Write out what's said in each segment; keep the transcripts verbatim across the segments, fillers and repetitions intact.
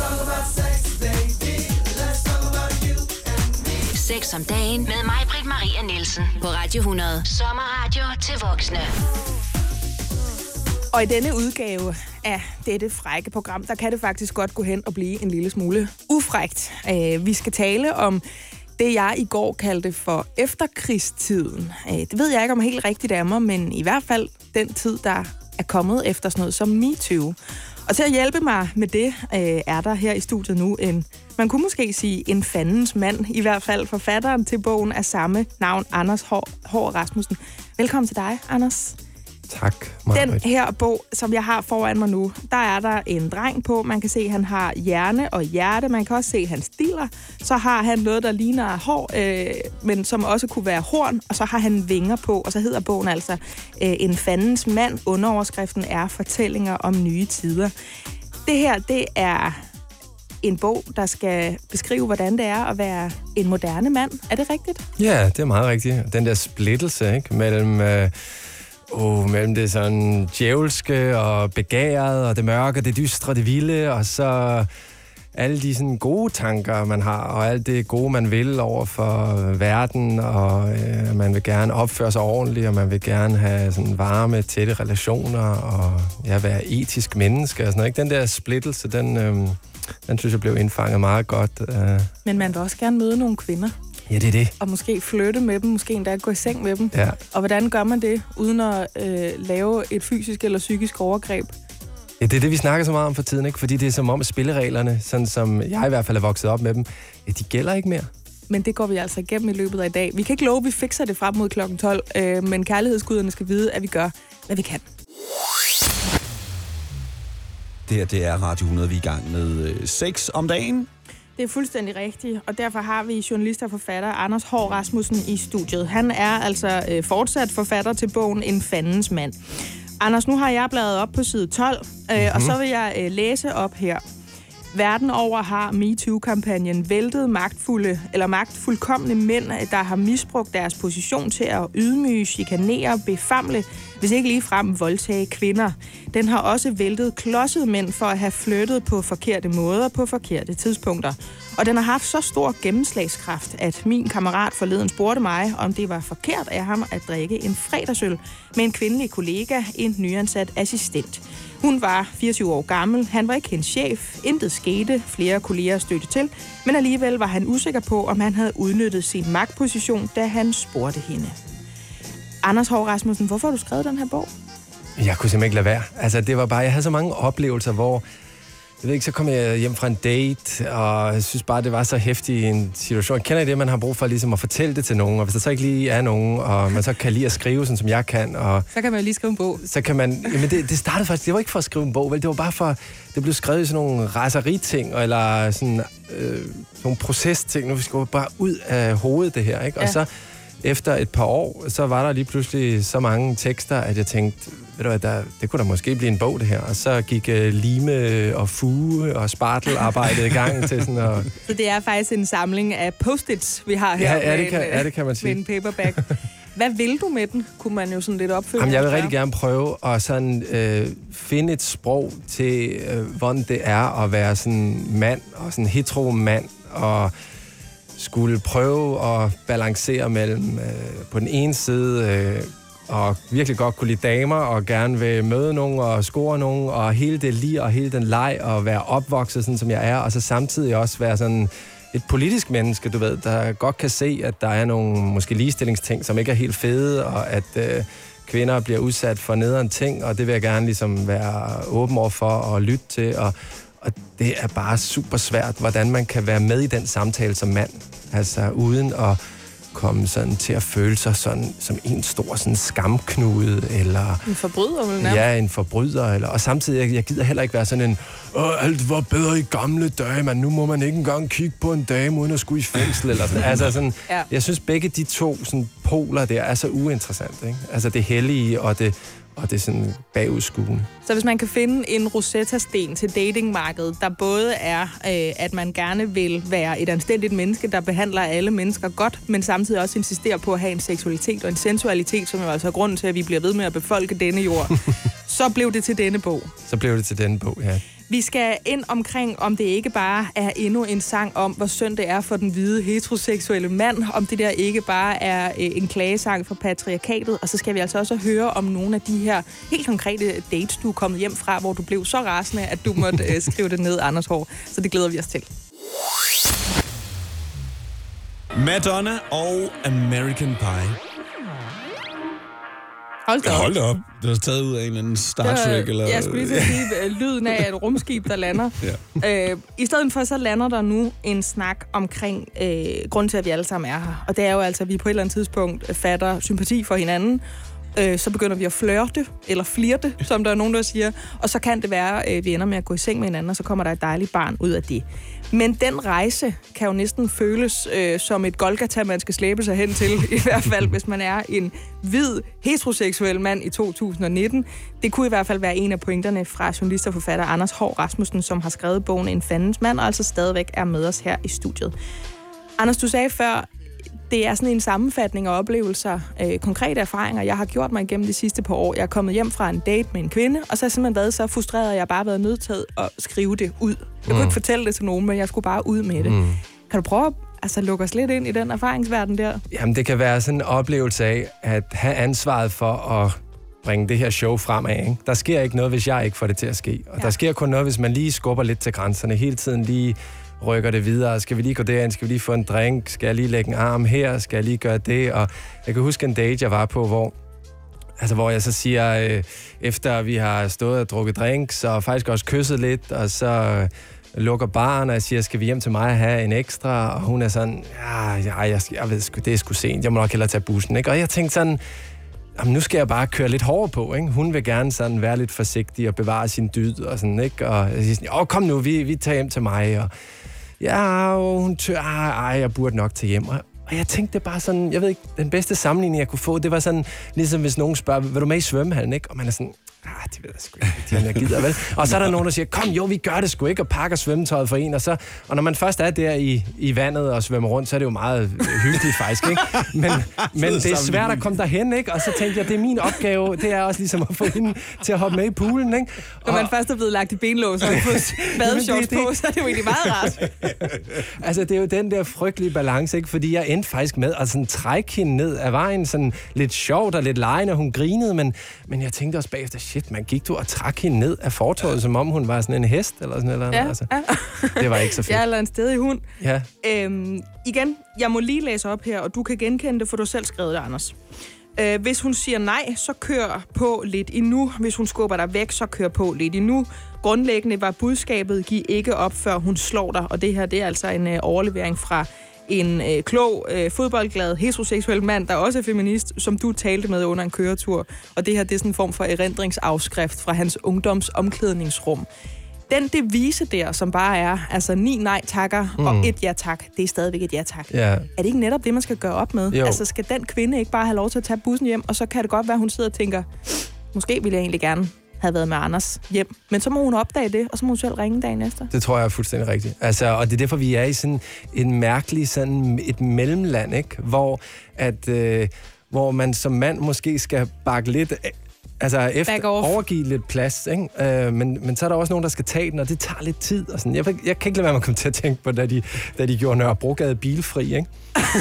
Sex om dagen med mig, Britt Maria Nielsen, på Radio hundrede. Sommerradio til voksne. Og i denne udgave af dette frække program, der kan det faktisk godt gå hen og blive en lille smule ufrækt. Vi skal tale om det, jeg i går kaldte for efterkrigstiden. Det ved jeg ikke om helt rigtigt af mig, men i hvert fald den tid, der er kommet efter sådan noget som MeToo. Og til at hjælpe mig med det, er der her i studiet nu en, man kunne måske sige, en fandens mand. I hvert fald forfatteren til bogen af samme navn, Anders Haahr Rasmussen. Velkommen til dig, Anders. Tak, Marit. Den her bog, som jeg har foran mig nu, der er der en dreng på. Man kan se, at han har hjerne og hjerte. Man kan også se, at han stiller. Så har han noget, der ligner hår, øh, men som også kunne være horn. Og så har han vinger på, og så hedder bogen altså øh, En fandens mand. Underoverskriften er Fortællinger om nye tider. Det her, det er en bog, der skal beskrive, hvordan det er at være en moderne mand. Er det rigtigt? Ja, det er meget rigtigt. Den der splittelse, ikke, mellem... Øh Oh, mellem det sådan djævelske og begæret og det mørke, det dystre, det vilde, og så alle de sådan gode tanker, man har, og alt det gode, man vil over for verden, og øh, man vil gerne opføre sig ordentligt, og man vil gerne have sådan varme, tætte relationer, og ja, være etisk menneske og sådan noget. Ikke? Den der splittelse, den, øh, den synes jeg blev indfanget meget godt. Øh. Men man vil også gerne møde nogle kvinder. Ja, det er det. Og måske flytte med dem, måske endda gå i seng med dem. Ja. Og hvordan gør man det, uden at øh, lave et fysisk eller psykisk overgreb? Ja, det er det, vi snakker så meget om for tiden, ikke? Fordi det er som om spillereglerne, sådan som jeg i hvert fald er vokset op med dem, ja, de gælder ikke mere. Men det går vi altså igennem i løbet af i dag. Vi kan ikke love, at vi fikser det frem mod klokken tolv, øh, men kærlighedsguderne skal vide, at vi gør, hvad vi kan. Det her, det er Radio hundrede, vi er i gang med øh, sex om dagen. Det er fuldstændig rigtigt, og derfor har vi journalist og forfatter Anders Haahr Rasmussen i studiet. Han er altså øh, fortsat forfatter til bogen En fandens mand. Anders, nu har jeg bladret op på side tolv, øh, mm-hmm. og så vil jeg øh, læse op her. Verden over har MeToo-kampagnen væltet magtfulde eller magtfuldkomne mænd, der har misbrugt deres position til at ydmyge, chikanere, befamle, hvis ikke ligefrem voldtage kvinder. Den har også væltet klodsede mænd for at have flyttet på forkerte måder på forkerte tidspunkter. Og den har haft så stor gennemslagskraft, at min kammerat forleden spurgte mig, om det var forkert af ham at drikke en fredagsøl med en kvindelig kollega, en nyansat assistent. Hun var fireogtyve år gammel, han var ikke hendes chef, intet skete, flere kolleger stødte til, men alligevel var han usikker på, om han havde udnyttet sin magtposition, da han spurgte hende. Anders Haahr Rasmussen, hvorfor har du skrevet den her bog? Jeg kunne simpelthen ikke lade være. Altså, det var bare, jeg havde så mange oplevelser, hvor jeg ved ikke, så kom jeg hjem fra en date, og jeg synes bare, det var så hæftig en situation. Jeg kender det, man har brug for ligesom at fortælle det til nogen, og hvis der så ikke lige er nogen, og man så kan lide at skrive, sådan som jeg kan. Og så kan man jo lige skrive en bog. Så kan man, jamen det, det startede faktisk, det var ikke for at skrive en bog, vel? Det var bare for, det blev skrevet i sådan nogle raseriting, eller sådan øh, nogle procesting, nu skal vi bare ud af hovedet det her, ikke? Ja. Og så efter et par år, så var der lige pludselig så mange tekster, at jeg tænkte, ved du hvad, der, det kunne da måske blive en bog, det her. Og så gik uh, lime og fuge og spartelarbejdet i gang til sådan at... Så det er faktisk en samling af post-its, vi har her. Ja, ja, det, med kan, en, ja det kan man sige. Med en paperback. Hvad vil du med den? Kunne man jo sådan lidt opføre. Jamen, jeg vil rigtig gerne prøve at sådan, øh, finde et sprog til, øh, hvordan det er at være sådan mand, og sådan hetero mand, og skulle prøve at balancere mellem øh, på den ene side øh, og virkelig godt kunne lide damer og gerne vil møde nogen og score nogen og hele det lige og hele den leg og være opvokset sådan som jeg er, og så samtidig også være sådan et politisk menneske, du ved, der godt kan se, at der er nogle måske ligestillingsting, som ikke er helt fede, og at øh, kvinder bliver udsat for nederen ting, og det vil jeg gerne ligesom være åben over for og lytte til, og Og det er bare super svært, hvordan man kan være med i den samtale som mand. Altså uden at komme sådan til at føle sig sådan, som en stor sådan skamknude, eller... En forbryder, vel nærmest? Ja, en forbryder. Eller, og samtidig, jeg, jeg gider heller ikke være sådan en, åh, alt var bedre i gamle dage, men nu må man ikke engang kigge på en dame, uden at skulle i fængsel, eller sådan. Altså sådan, ja. Jeg synes, begge de to sådan, poler der er så uinteressante, ikke? Altså det hellige og det... og det er sådan bagudskuende. Så hvis man kan finde en Rosetta-sten til datingmarkedet, der både er, øh, at man gerne vil være et anstændigt menneske, der behandler alle mennesker godt, men samtidig også insisterer på at have en seksualitet og en sensualitet, som jo altså er grunden til, at vi bliver ved med at befolke denne jord, så blev det til denne bog. Så blev det til denne bog, ja. Vi skal ind omkring, om det ikke bare er endnu en sang om, hvor synd det er for den hvide heteroseksuelle mand, om det der ikke bare er en klagesang for patriarkatet, og så skal vi altså også høre om nogle af de her helt konkrete dates, du er kommet hjem fra, hvor du blev så rasende, at du måtte øh, skrive det ned, Anders Haahr. Så det glæder vi os til. Madonna og American Pie. Hold da op. Hold da op. Det var taget ud af en eller anden Star Trek. Det, eller... Jeg skulle lige sige uh, lyden af et rumskib, der lander. Ja. Uh, I stedet for, så lander der nu en snak omkring uh, grunden til, at vi alle sammen er her. Og det er jo altså, at vi på et eller andet tidspunkt fatter sympati for hinanden. Uh, så begynder vi at flirte, eller flirte, som der er nogen, der siger. Og så kan det være, at uh, vi ender med at gå i seng med hinanden, og så kommer der et dejligt barn ud af det. Men den rejse kan jo næsten føles øh, som et Golgata, man skal slæbe sig hen til, i hvert fald hvis man er en hvid, heteroseksuel mand i to tusind nitten. Det kunne i hvert fald være en af pointerne fra journalist og forfatter Anders Haahr Rasmussen, som har skrevet bogen En fandens mand, og altså stadigvæk er med os her i studiet. Anders, du sagde før, det er sådan en sammenfatning af oplevelser, øh, konkrete erfaringer, jeg har gjort mig igennem de sidste par år. Jeg er kommet hjem fra en date med en kvinde, og så har jeg simpelthen været så frustreret, at jeg bare har været nødt til at skrive det ud. Jeg kunne mm. ikke fortælle det til nogen, men jeg skulle bare ud med det. Mm. Kan du prøve at altså, lukke os lidt ind i den erfaringsverden der? Jamen, det kan være sådan en oplevelse af at have ansvaret for at bringe det her show fremad. Ikke? Der sker ikke noget, hvis jeg ikke får det til at ske. Og ja. Der sker kun noget, hvis man lige skubber lidt til grænserne. Hele tiden lige rykker det videre. Skal vi lige gå derind? Skal vi lige få en drink? Skal jeg lige lægge en arm her? Skal jeg lige gøre det? Og jeg kan huske en date, jeg var på, hvor, altså, hvor jeg så siger, øh, efter vi har stået og drukket drinks, og faktisk også kysset lidt, og så lukker baren, og jeg siger, skal vi hjem til mig og have en ekstra? Og hun er sådan, ja, ja jeg, jeg ved sgu, det er sgu sent. Jeg må nok hellere tage bussen. Ikke? Og jeg tænkte sådan, jamen, nu skal jeg bare køre lidt hårdere på, ikke? Hun vil gerne sådan være lidt forsigtig og bevare sin dyd og sådan, ikke? Og jeg siger sådan, åh, kom nu, vi, vi tager hjem til mig, og ja, og hun tør, ej, jeg burde nok tage hjem. Og jeg tænkte det bare sådan, jeg ved ikke, den bedste sammenligning, jeg kunne få, det var sådan, ligesom hvis nogen spørger, vil du med i svømmehallen, ikke? Og man er sådan, ah, det ved jeg sgu ikke, jeg gider, vel? Og så er der nogen, der siger, kom jo, vi gør det sgu ikke, og pakker svømmetøjet for en, og så, og når man først er der i, i vandet og svømmer rundt, så er det jo meget hyggeligt faktisk, ikke? Men, men det er svært at komme derhen, ikke? Og så tænkte jeg, det er min opgave, det er også ligesom at få hende til at hoppe med i poolen, ikke? Når man først er blevet lagt i benlås og fået badeshorts på, så er det jo egentlig meget rart. Altså, det er jo den der frygtelige balance, ikke? Fordi jeg endte faktisk med at sådan trække hende ned af vejen, sådan lidt sjovt og lidt legende, hun grinede, men, men jeg tænkte også bagefter, shit, man gik du og trak hende ned af fortovet, som om hun var sådan en hest, eller sådan eller andet. Ja, altså, ja. Det var ikke så fedt. Ja, eller en stedig hund. Ja. Øhm, igen, jeg må lige læse op her, og du kan genkende det, for du selv skrev det, Anders. Øh, hvis hun siger nej, så kør på lidt endnu. Hvis hun skubber dig væk, så kør på lidt endnu. Grundlæggende var budskabet, giv ikke op, før hun slår dig. Og det her, det er altså en øh, overlevering fra en øh, klog, øh, fodboldglad, heteroseksuel mand, der også er feminist, som du talte med under en køretur. Og det her, det er sådan en form for erindringsafskrift fra hans ungdoms omklædningsrum. Den devise der, som bare er, altså ni nej takker mm. og et ja tak, det er stadigvæk et ja tak. Ja. Er det ikke netop det, man skal gøre op med? Jo. Altså, skal den kvinde ikke bare have lov til at tage bussen hjem, og så kan det godt være, at hun sidder og tænker, måske ville jeg egentlig gerne have været med Anders hjem. Men så må hun opdage det, og så må hun selv ringe dagen efter. Det tror jeg er fuldstændig rigtigt. Altså, og det er derfor, vi er i sådan en mærkelig, sådan et mellemland, ikke? Hvor, at, øh, hvor man som mand måske skal bakke lidt af, altså efter overgive lidt plads, ikke? Øh, men, men så er der også nogen, der skal tage den, og det tager lidt tid. Og sådan. Jeg, jeg kan ikke lade være med at komme til at tænke på, da de, da de gjorde Nørrebrogade bilfri, ikke?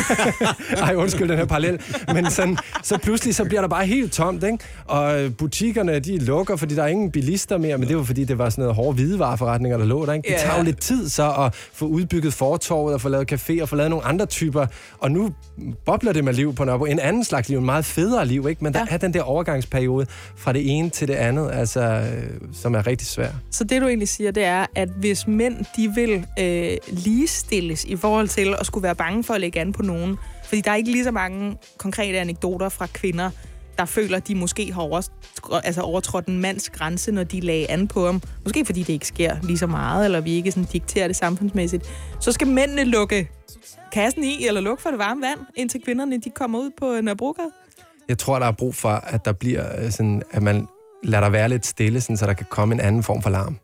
Ej, undskyld den her parallel. Men sådan, så pludselig så bliver der bare helt tomt, ikke? Og butikkerne, de lukker, fordi der er ingen bilister mere, men det var fordi, det var sådan noget hårde hvidevareforretninger, der lå der, ikke? Det tager jo lidt tid så at få udbygget fortorvet og få lavet café og få lavet nogle andre typer. Og nu bobler det med liv på Nørrebro. En anden slags liv, en meget federe liv, ikke? Men der ja. er den der overgangsperiode fra det ene til det andet, altså, som er rigtig svær. Så det, du egentlig siger, det er, at hvis mænd, de vil øh, ligestilles i forhold til at skulle være bange for at lægge an på nogen, fordi der er ikke lige så mange konkrete anekdoter fra kvinder, der føler, at de måske har over, altså overtrådt en mands grænse, når de lagde an på ham. Måske fordi det ikke sker lige så meget, eller vi ikke sådan dikterer det samfundsmæssigt. Så skal mændene lukke kassen i, eller lukke for det varme vand, indtil kvinderne de kommer ud på Nørrebrogade. Jeg tror, der er brug for, at der bliver sådan, at man lader der være lidt stille, sådan, så der kan komme en anden form for larm.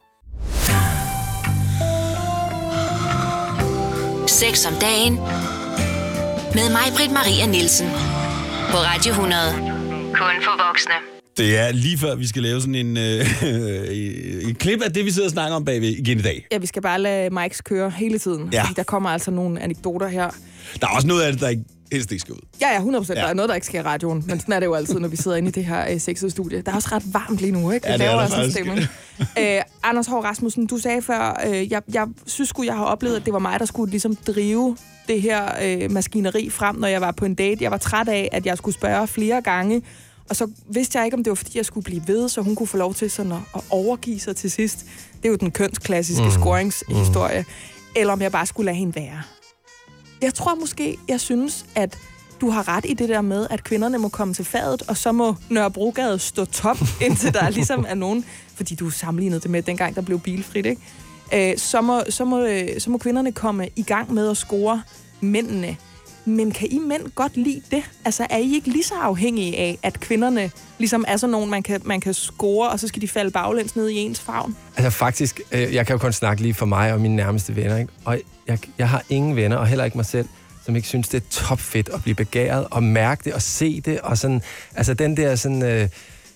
Sex om dagen med mig, Britt Maria Nielsen. På Radio hundrede. Kun for voksne. Det er lige før, vi skal lave sådan en, øh, en klip af det, vi sidder og snakker om bagved igen i dag. Ja, vi skal bare lade Mikes køre hele tiden, ja. Fordi der kommer altså nogle anekdoter her. Der er også noget af det, der ikke, helst ikke skal ud. Ja, ja, hundrede procent. Ja. Der er noget, der ikke sker i radioen, men sådan er det jo altid, når vi sidder inde i det her øh, sexede studie. Der er også ret varmt lige nu, ikke? Ja, det er der faktisk. øh, Anders Haahr Rasmussen, du sagde før, øh, jeg, jeg synes sgu, jeg har oplevet, at det var mig, der skulle ligesom drive det her øh, maskineri frem, når jeg var på en date. Jeg var træt af, at jeg skulle spørge flere gange, og så vidste jeg ikke, om det var, fordi jeg skulle blive ved, så hun kunne få lov til sådan at, at overgive sig til sidst. Det er jo den kønsklassiske mm. scoringshistorie. Mm. Eller om jeg bare skulle lade hende være. Jeg tror måske, jeg synes, at du har ret i det der med, at kvinderne må komme til fadet, og så må Nørrebrogade stå top, indtil der ligesom er nogen, fordi du sammenlignede det med dengang, der blev bilfrit, ikke? Øh, så, må, så, må, så må kvinderne komme i gang med at score mændene. Men kan I mænd godt lide det? Altså, er I ikke lige så afhængige af, at kvinderne ligesom er sådan nogen, man kan, man kan score, og så skal de falde baglæns ned i ens favn? Altså faktisk, øh, jeg kan jo kun snakke lige for mig og mine nærmeste venner, ikke? Og jeg, jeg har ingen venner, og heller ikke mig selv, som ikke synes, det er topfedt at blive begæret, og mærke det, og se det, og sådan, altså den der sådan... Øh,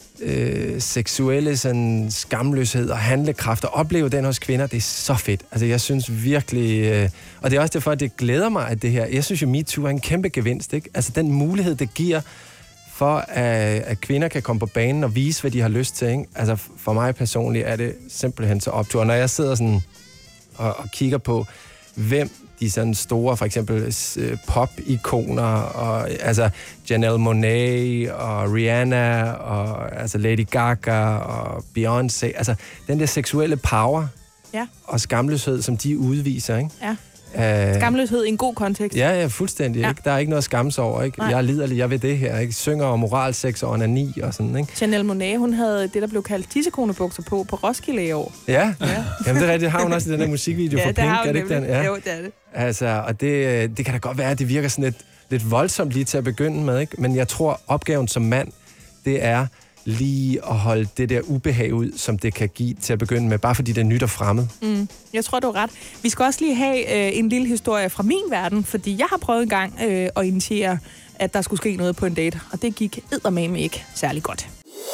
Øh, seksuelle sådan, skamløshed og handlekraft, og opleve den hos kvinder, det er så fedt. Altså, jeg synes virkelig... Øh, og det er også derfor, at det glæder mig, at det her... Jeg synes jo, MeToo er en kæmpe gevinst, ikke? Altså, den mulighed, det giver for, at, at kvinder kan komme på banen og vise, hvad de har lyst til, ikke? Altså, for mig personligt er det simpelthen så optur. Når jeg sidder sådan og, og kigger på, hvem de sådan store, for eksempel pop-ikoner, og altså Janelle Monáe og Rihanna og altså Lady Gaga og Beyoncé, altså den der seksuelle power ja. Og skamløshed, som de udviser, ikke? Ja. Uh, skamløshed i en god kontekst. Ja, ja, fuldstændig. Ja. Ikke? Der er ikke noget at skamme sig over, ikke? Nej. Jeg er liderlig, jeg ved det her, ikke? Synger om moral, sex og onani og sådan, ikke? Janelle Monáe, hun havde det, der blev kaldt tissekonebukser på på Roskilde i år. Ja, ja. Jamen det er rigtigt. Har hun også i den der musikvideo ja, for Pink, er det ikke den? Ja, jo, det er det. Altså, og det, det kan da godt være, at det virker sådan lidt, lidt voldsomt lige til at begynde med, ikke? Men jeg tror, opgaven som mand, det er lige at holde det der ubehag ud, som det kan give til at begynde med, bare fordi det er nyt og fremmed. Mm, jeg tror, du er ret. Vi skal også lige have øh, en lille historie fra min verden, fordi jeg har prøvet en gang øh, at initiere, at der skulle ske noget på en date, og det gik eddermame ikke særlig godt.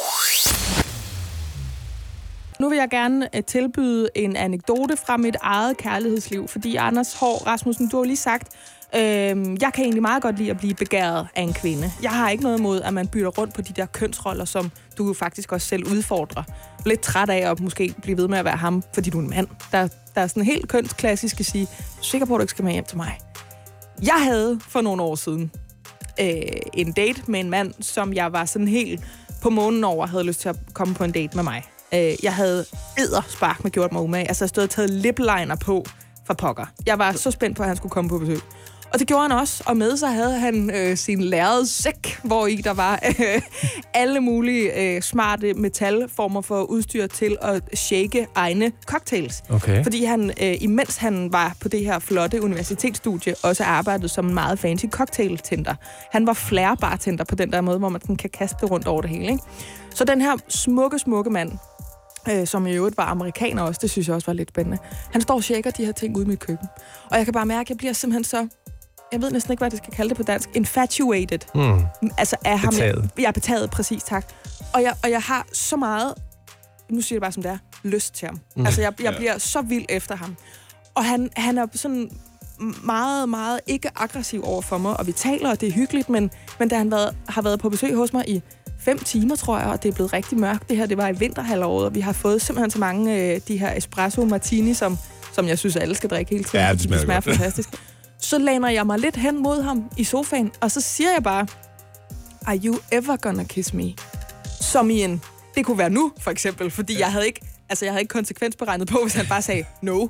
Nu vil jeg gerne øh, tilbyde en anekdote fra mit eget kærlighedsliv, fordi Anders Haahr Rasmussen, du har lige sagt, øh, jeg kan egentlig meget godt lide at blive begæret af en kvinde. Jeg har ikke noget imod, at man bytter rundt på de der kønsroller, som du faktisk også selv udfordrer. Lidt træt af at måske blive ved med at være ham, fordi du er en mand. Der, der er sådan helt kønsklassisk at sige, sikker på, at du ikke skal med hjem til mig. Jeg havde for nogle år siden øh, en date med en mand, som jeg var sådan helt på månen over, havde lyst til at komme på en date med mig. Jeg havde edderspark med gjort mig umage. Altså, jeg stod og taget lipliner på for pokker. Jeg var så spændt på, at han skulle komme på besøg. Og det gjorde han også. Og med sig havde han øh, sin lærrede sæk, hvor i der var øh, alle mulige øh, smarte metalformer for udstyr til at shake egne cocktails. Okay. Fordi han, øh, imens han var på det her flotte universitetsstudie, også arbejdede som en meget fancy cocktailtender. Han var flair-bartender på den der måde, hvor man sådan kan kaste det rundt over det hele, ikke? Så den her smukke, smukke mand, øh, som i øvrigt var amerikaner også, det synes jeg også var lidt spændende. Han står og shaker de her ting ude i mit køkken. Og jeg kan bare mærke, at jeg bliver simpelthen så... Jeg ved næsten ikke, hvad det skal kalde det på dansk. Infatuated. Mm. Altså af ham. Betaget. Jeg er betaget, præcis, tak. Og jeg, og jeg har så meget, nu siger jeg det bare som det er, lyst til ham. Mm. Altså jeg, jeg bliver så vild efter ham. Og han, han er sådan meget, meget ikke aggressiv over for mig, og vi taler, og det er hyggeligt, men, men da han været, har været på besøg hos mig i fem timer, tror jeg, og det er blevet rigtig mørkt. Det her, det var i vinterhalvåret, og vi har fået simpelthen så mange øh, de her espresso martini, som, som jeg synes, alle skal drikke hele tiden. Ja, det smager, det smager fantastisk. Så læner jeg mig lidt hen mod ham i sofaen, og så siger jeg bare, are you ever gonna kiss me? Som i en, det kunne være nu, for eksempel, fordi jeg havde ikke, altså jeg havde ikke konsekvensberegnet på, hvis han bare sagde no.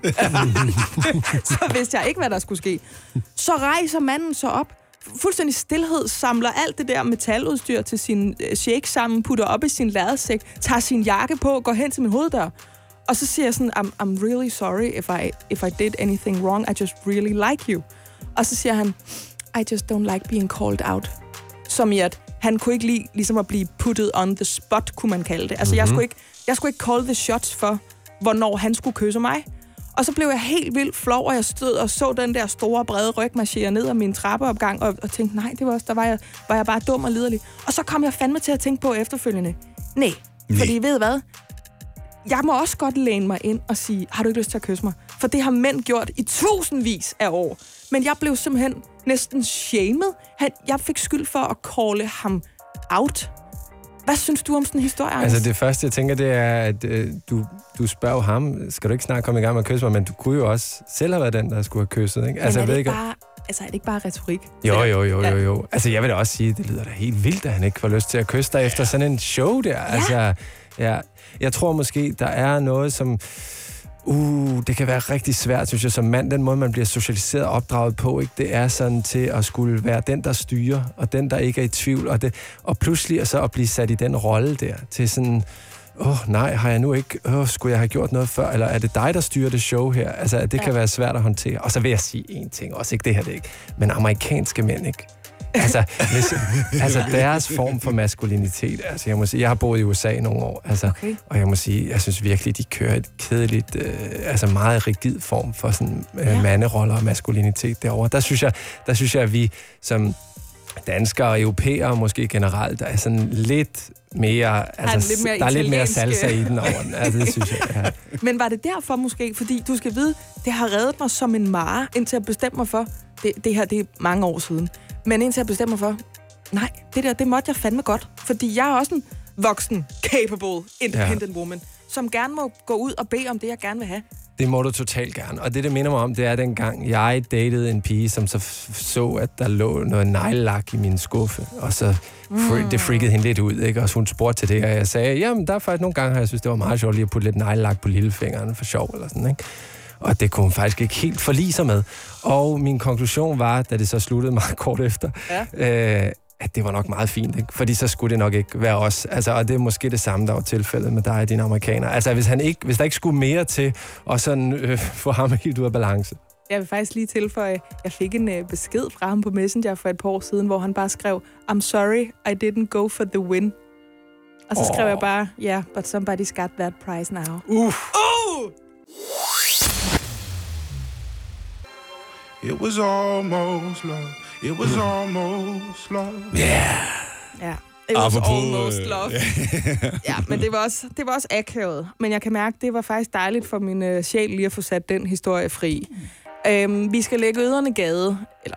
Så vidste jeg ikke, hvad der skulle ske. Så rejser manden så op, fuldstændig stillhed, samler alt det der metaludstyr til sin shake sammen, putter op i sin lærredsæk, tager sin jakke på, går hen til min hoveddør. Og så siger jeg sådan, I'm, I'm really sorry if I, if I did anything wrong. I just really like you. Og så siger han, I just don't like being called out. Som i at, han kunne ikke lide ligesom at blive puttet on the spot, kunne man kalde det. Altså, mm-hmm. jeg, skulle ikke, jeg skulle ikke call the shots for, hvornår han skulle kysse mig. Og så blev jeg helt vildt flov, og jeg stod og så den der store, brede ryg marchere ned ad min trappeopgang, og, og tænkte, nej, det var også, der var jeg, var jeg bare dum og liderlig. Og så kom jeg fandme til at tænke på efterfølgende, Nej, fordi ved I hvad? Jeg må også godt læne mig ind og sige, har du ikke lyst til at kysse mig? For det har mænd gjort i tusindvis af år. Men jeg blev simpelthen næsten shamed. Han, jeg fik skyld for at calle ham out. Hvad synes du om sådan en historie, Anders? Altså det første, jeg tænker, det er, at øh, du, du spørger ham, skal du ikke snart komme i gang med at kysse mig, men du kunne jo også selv have været den, der skulle have kysset, ikke? Altså, men er det jeg ved ikke ikke bare... Altså, er det ikke bare retorik? Jo, jo, jo, jo, jo. Altså, jeg vil da også sige, det lyder da helt vildt, at han ikke får lyst til at kysse dig efter sådan en show der. Ja. Altså, ja, jeg tror måske, der er noget, som... Uh, det kan være rigtig svært, synes jeg, som mand. Den måde, man bliver socialiseret og opdraget på, ikke? Det er sådan til at skulle være den, der styrer, og den, der ikke er i tvivl. Og, det, og pludselig så at blive sat i den rolle der, til sådan... Åh, oh, nej, har jeg nu ikke... Åh, oh, skulle jeg have gjort noget før? Eller er det dig, der styrer det show her? Altså, det ja. kan være svært at håndtere. Og så vil jeg sige en ting, også ikke det her, det ikke. Men amerikanske mænd, ikke? Altså, hvis, altså deres form for maskulinitet. Altså, jeg må sige, jeg har boet i U S A i nogle år. Altså, okay. Og jeg må sige, jeg synes virkelig, de kører et kedeligt, øh, altså meget rigid form for sådan øh, ja. manderoller og maskulinitet derovre. Der synes jeg, der synes jeg, at vi som danskere og europæere måske generelt er sådan lidt mere, altså, lidt mere der er lidt mere salsa i den over den. Altså, det synes jeg, ja. Men var det derfor måske? Fordi du skal vide, det har reddet mig som en mare, indtil jeg bestemte mig for, det, det her det er mange år siden, men indtil jeg bestemte mig for, nej, det der, det måtte jeg fandme godt. Fordi jeg er også en voksen, capable, independent ja. woman, som gerne må gå ud og bede om det, jeg gerne vil have. Det må du totalt gerne. Og det, det minder mig om, det er dengang, jeg datede en pige, som så så, at der lå noget neglelak i min skuffe. Og så mm. det freakede hende lidt ud, ikke? Og så hun spurgte til det, og jeg sagde, jamen, der er faktisk nogle gange, jeg synes, det var meget sjovt lige at putte lidt neglelak på lillefingeren for sjov, eller sådan, ikke? Og det kunne hun faktisk ikke helt forlige sig med. Og min konklusion var, da det så sluttede meget kort efter, ja. øh, at det var nok meget fint, ikke? Fordi så skulle det nok ikke være os. Altså, og det er måske det samme, der var tilfældet med dig og dine amerikanere. Altså, hvis, han ikke, hvis der ikke skulle mere til at sådan, øh, få ham helt ud af balance. Jeg vil faktisk lige tilføje, jeg fik en øh, besked fra ham på Messenger for et par år siden, hvor han bare skrev, I'm sorry, I didn't go for the win. Og så oh. skrev jeg bare, yeah, but somebody's got that prize now. Uff. Uh. It was almost love. It was almost love. Yeah. Ja. It was almost love. Ja, men det var også, det var også akavet. Men jeg kan mærke, det var faktisk dejligt for min uh, sjæl lige at få sat den historie fri. Um, vi skal lægge yderne gade. Eller,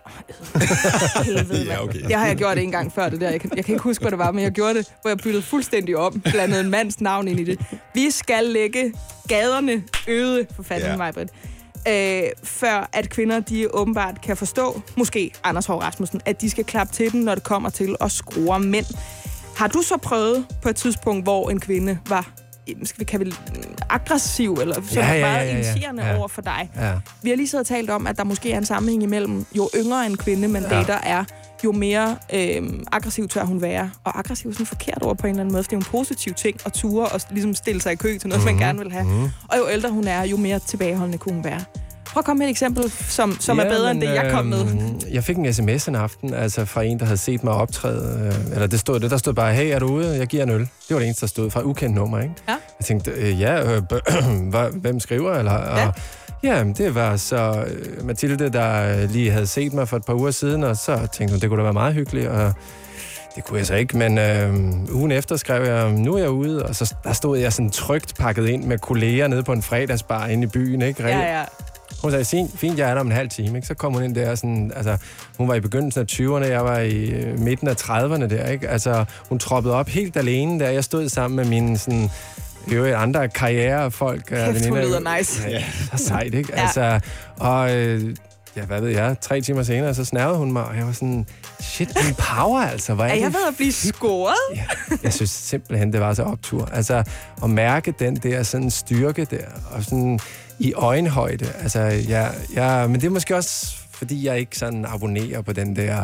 helvede, ja, okay. Jeg har jeg gjort det en gang før det der. Jeg kan, jeg kan ikke huske, hvad det var, men jeg gjorde det, hvor jeg byttede fuldstændig om. Blandede en mands navn ind i det. Vi skal lægge gaderne øde, for fanden mig, Britt. Øh, før at kvinder, de åbenbart kan forstå, måske Anders Haahr Rasmussen, at de skal klappe til den, når det kommer til at skrue mænd. Har du så prøvet på et tidspunkt, hvor en kvinde var skal vi kalde det, aggressiv, eller så ja, ja, ja, meget ja, ja. initierende ja. over for dig? Ja. Vi har lige så talt om, at der måske er en sammenhæng imellem, jo yngre en kvinde man dater er, jo mere øh, aggressiv tør hun være. Og aggressiv er sådan forkert ord på en eller anden måde, for det er jo en positiv ting at ture og ligesom stille sig i kø til noget, mm-hmm. man gerne vil have. Mm-hmm. Og jo ældre hun er, jo mere tilbageholdende kunne hun være. Prøv at komme med et eksempel, som, som ja, er bedre men, end det, jeg kom med. Øh, jeg fik en sms en aften, altså fra en, der havde set mig optræde. Øh, eller det stod, det, der stod bare, hey, er du ude? Jeg giver en øl. Det var det eneste, der stod fra ukendt nummer, ikke? Ja. Jeg tænkte, øh, ja, øh, hvem skriver? Eller, og, ja. Ja, det var så øh, Mathilde, der lige havde set mig for et par uger siden, og så tænkte hun, det kunne da være meget hyggeligt, og det kunne jeg så ikke, men øh, ugen efter skrev jeg, nu er jeg ude, og så der stod jeg sådan trygt pakket ind med kolleger nede på en fredagsbar inde i byen, ikke? Ja, ja. Hun sagde, fint, jeg er der om en halv time, ikke? Så kom hun ind der sådan, altså, hun var i begyndelsen af tyverne, jeg var i øh, midten af trediverne der, ikke? Altså, hun troppede op helt alene der, jeg stod sammen med mine sådan øvrigt andre karrierefolk. Kæft, hun lyder nice. Ja, så sejt, ikke? Ja. Altså, og øh, ja, hvad ved jeg, tre timer senere, så snærvede hun mig, og jeg var sådan, shit, en power, altså. Hvor er, er jeg det? ved at blive scoret? Ja, jeg synes simpelthen, det var så optur. Altså, at mærke den der sådan styrke der, og sådan i øjenhøjde. Altså, jeg, jeg, men det er måske også, fordi jeg ikke sådan abonnerer på den der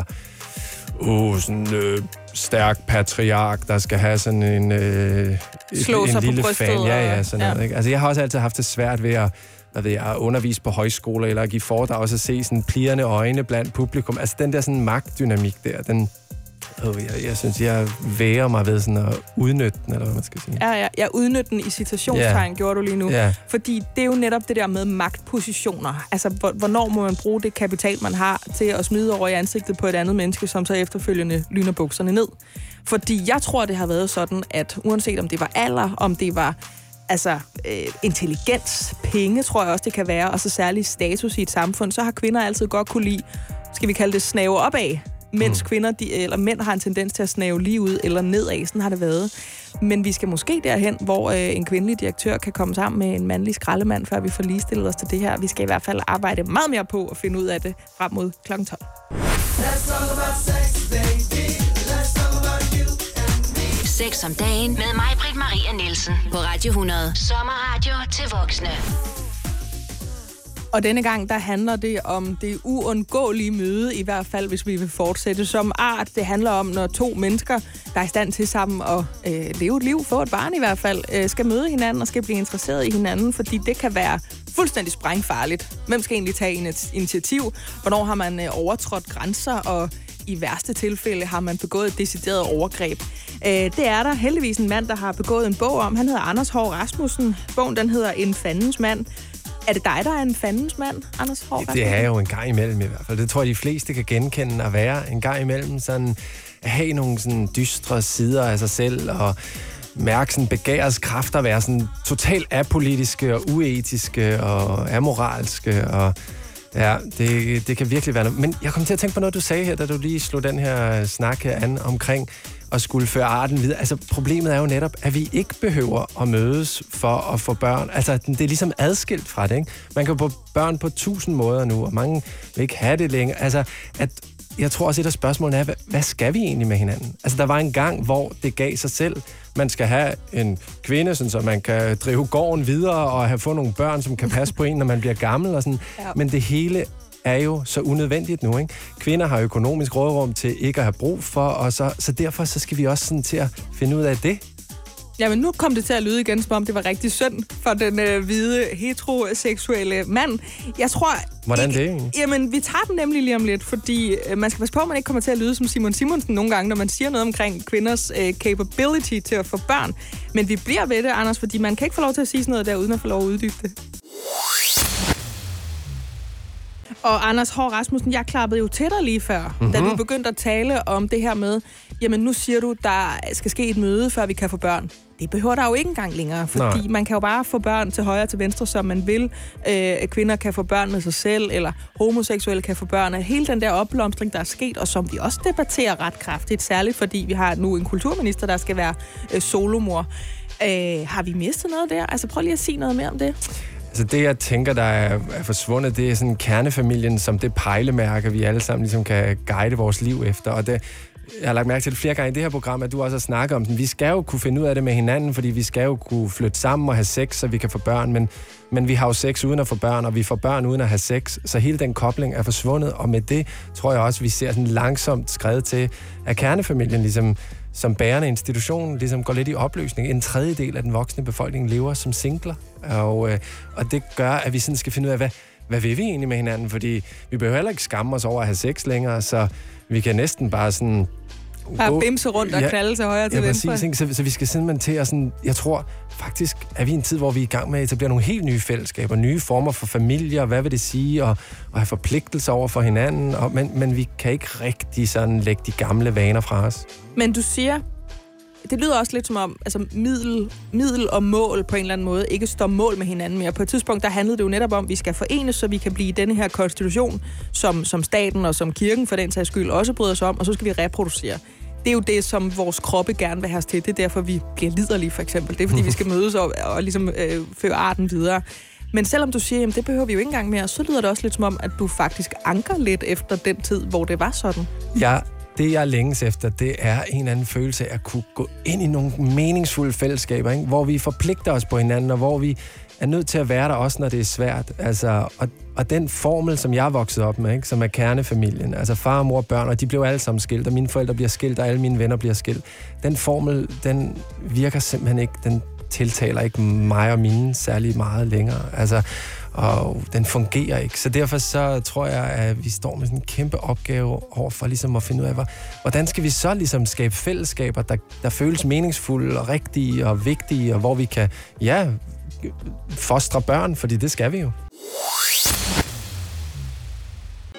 uh, sådan, øh, stærk patriark, der skal have sådan en, øh, Slå en sig lille på brystet. fan. Ja, ja, sådan ja. noget, ikke? Altså, jeg har også altid haft det svært ved at hvad ved jeg, undervise på højskoler, eller at give foredrag, og så se sådan plirrende øjne blandt publikum. Altså, den der sådan magtdynamik der, den Oh, jeg, jeg synes, jeg væger mig ved sådan at udnytte den, eller hvad man skal sige. Ja, ja. Jeg udnytter den i citationstegn, yeah. gjorde du lige nu. Yeah. Fordi det er jo netop det der med magtpositioner. Altså, hvornår må man bruge det kapital, man har, til at smide over i ansigtet på et andet menneske, som så efterfølgende lyner bukserne ned. Fordi jeg tror, det har været sådan, at uanset om det var alder, om det var altså øh, intelligens, penge, tror jeg også, det kan være, og så særlig status i et samfund, så har kvinder altid godt kunne lide, skal vi kalde det, snave opad, mens mm. kvinder, de, eller mænd har en tendens til at snave lige ud eller nedad. Sådan har det været. Men vi skal måske derhen, hvor øh, en kvindelig direktør kan komme sammen med en mandlig skraldemand, før vi får ligestillet os til det her. Vi skal i hvert fald arbejde meget mere på at finde ud af det frem mod klokken tolv. Sex om dagen med mig, Britt Maria Nielsen, på Radio hundrede. Sommerradio til voksne. Og denne gang, der handler det om det uundgåelige møde, i hvert fald hvis vi vil fortsætte som art. Det handler om, når to mennesker, der er i stand til sammen at øh, leve et liv, få et barn i hvert fald, øh, skal møde hinanden og skal blive interesseret i hinanden, fordi det kan være fuldstændig sprængfarligt. Hvem skal egentlig tage initiativ? Hvornår har man øh, overtrådt grænser, og i værste tilfælde har man begået et decideret overgreb. Øh, det er der heldigvis en mand, der har begået en bog om. Han hedder Anders Haahr Rasmussen. Bogen, den hedder En fandens mand. Er det dig, der er en fandens mand, Anders Haahr Rasmussen? Det er jo en gang imellem i hvert fald. Det tror jeg, de fleste kan genkende at være en gang imellem. Sådan at have nogle sådan dystre sider af sig selv, og mærke sådan begærets kræfter, være sådan totalt apolitiske og uetiske og amoralske. Og ja, det, det kan virkelig være noget. Men jeg kom til at tænke på noget, du sagde her, da du lige slog den her snak her an omkring at skulle føre arten videre. Altså, problemet er jo netop, at vi ikke behøver at mødes for at få børn. Altså, det er ligesom adskilt fra det, ikke? Man kan få børn på tusind måder nu, og mange vil ikke have det længere. Altså, at jeg tror også, et af spørgsmålene er, hvad, hvad skal vi egentlig med hinanden? Altså, der var en gang, hvor det gav sig selv. Man skal have en kvinde, sådan, så man kan drive gården videre og have fået nogle børn, som kan passe på en, når man bliver gammel og sådan. Ja. Men det hele er jo så unødvendigt nu, ikke? Kvinder har økonomisk råderum til ikke at have brug for, og så, så derfor så skal vi også sådan til at finde ud af det. Jamen, nu kom det til at lyde igen, som om det var rigtig synd for den øh, hvide, heteroseksuelle mand. Jeg tror... Hvordan ikke, det egentlig? Jamen, vi tager den nemlig lige om lidt, fordi øh, man skal passe på, at man ikke kommer til at lyde som Simon Simonsen nogle gange, når man siger noget omkring kvinders øh, capability til at få børn. Men vi bliver ved det, Anders, fordi man kan ikke få lov til at sige sådan noget der, uden at få lov at uddybe det. Og Anders Haahr Rasmussen, jeg klappede jo til dig lige før, mm-hmm. da du begyndte at tale om det her med, jamen nu siger du, der skal ske et møde, før vi kan få børn. Det behøver der jo ikke engang længere, fordi Nej. man kan jo bare få børn til højre og til venstre, som man vil. Øh, kvinder kan få børn med sig selv, eller homoseksuelle kan få børn. Hele den der opblomstring, der er sket, og som vi også debatterer ret kraftigt, særligt fordi vi har nu en kulturminister, der skal være øh, solomor. Øh, har vi mistet noget der? Altså prøv lige at sige noget mere om det. Altså det, jeg tænker, der er, er forsvundet, det er sådan kernefamilien, som det pejlemærke, vi alle sammen ligesom kan guide vores liv efter. Og det, jeg har lagt mærke til det flere gange i det her program, at du også har snakket om den. Vi skal jo kunne finde ud af det med hinanden, fordi vi skal jo kunne flytte sammen og have sex, så vi kan få børn. Men, men vi har jo sex uden at få børn, og vi får børn uden at have sex. Så hele den kobling er forsvundet, og med det tror jeg også, vi ser sådan langsomt skrevet til, at kernefamilien ligesom som bærende institution ligesom går lidt i opløsning. En tredjedel af den voksne befolkning lever som singler, og, øh, og det gør, at vi sådan skal finde ud af, hvad, hvad vil vi egentlig med hinanden? Fordi vi behøver heller ikke skamme os over at have sex længere, så vi kan næsten bare sådan... Bare bimse rundt og ja, knalde til højre til ja, venstre. Præcis, så, så vi skal simpelthen til at sådan... Jeg tror faktisk, er vi i en tid, hvor vi er i gang med at etablere nogle helt nye fællesskaber, nye former for familier, hvad vil det sige, og, og have forpligtelser over for hinanden, og, men, men vi kan ikke rigtig sådan lægge de gamle vaner fra os. Men du siger, det lyder også lidt som om, altså middel, middel og mål på en eller anden måde ikke står mål med hinanden mere. På et tidspunkt, der handlede det jo netop om, at vi skal forenes, så vi kan blive denne her konstitution, som, som staten og som kirken for den sags skyld også bryder sig om, og så skal vi reproducere. Det er jo det, som vores kroppe gerne vil have os til. Det er derfor, vi bliver liderlige, for eksempel. Det er, fordi vi skal mødes og, og ligesom øh, føre arten videre. Men selvom du siger, at det behøver vi jo ikke engang mere, så lyder det også lidt som om, at du faktisk anker lidt efter den tid, hvor det var sådan. Ja, det jeg længes efter, det er en eller anden følelse af at kunne gå ind i nogle meningsfulde fællesskaber, ikke? Hvor vi forpligter os på hinanden, og hvor vi er nødt til at være der også, når det er svært. Altså, og, og den formel, som jeg er vokset op med, ikke? Som er kernefamilien, altså far, mor og børn, og de blev alle sammen skilt, og mine forældre bliver skilt, og alle mine venner bliver skilt. Den formel, den virker simpelthen ikke, den tiltaler ikke mig og mine særlig meget længere. Altså, og den fungerer ikke. Så derfor så tror jeg, at vi står med sådan en kæmpe opgave over for ligesom at finde ud af, hvordan skal vi så ligesom skabe fællesskaber, der, der føles meningsfulde og rigtige og vigtige, og hvor vi kan, ja, fostre børn, fordi det skal vi jo.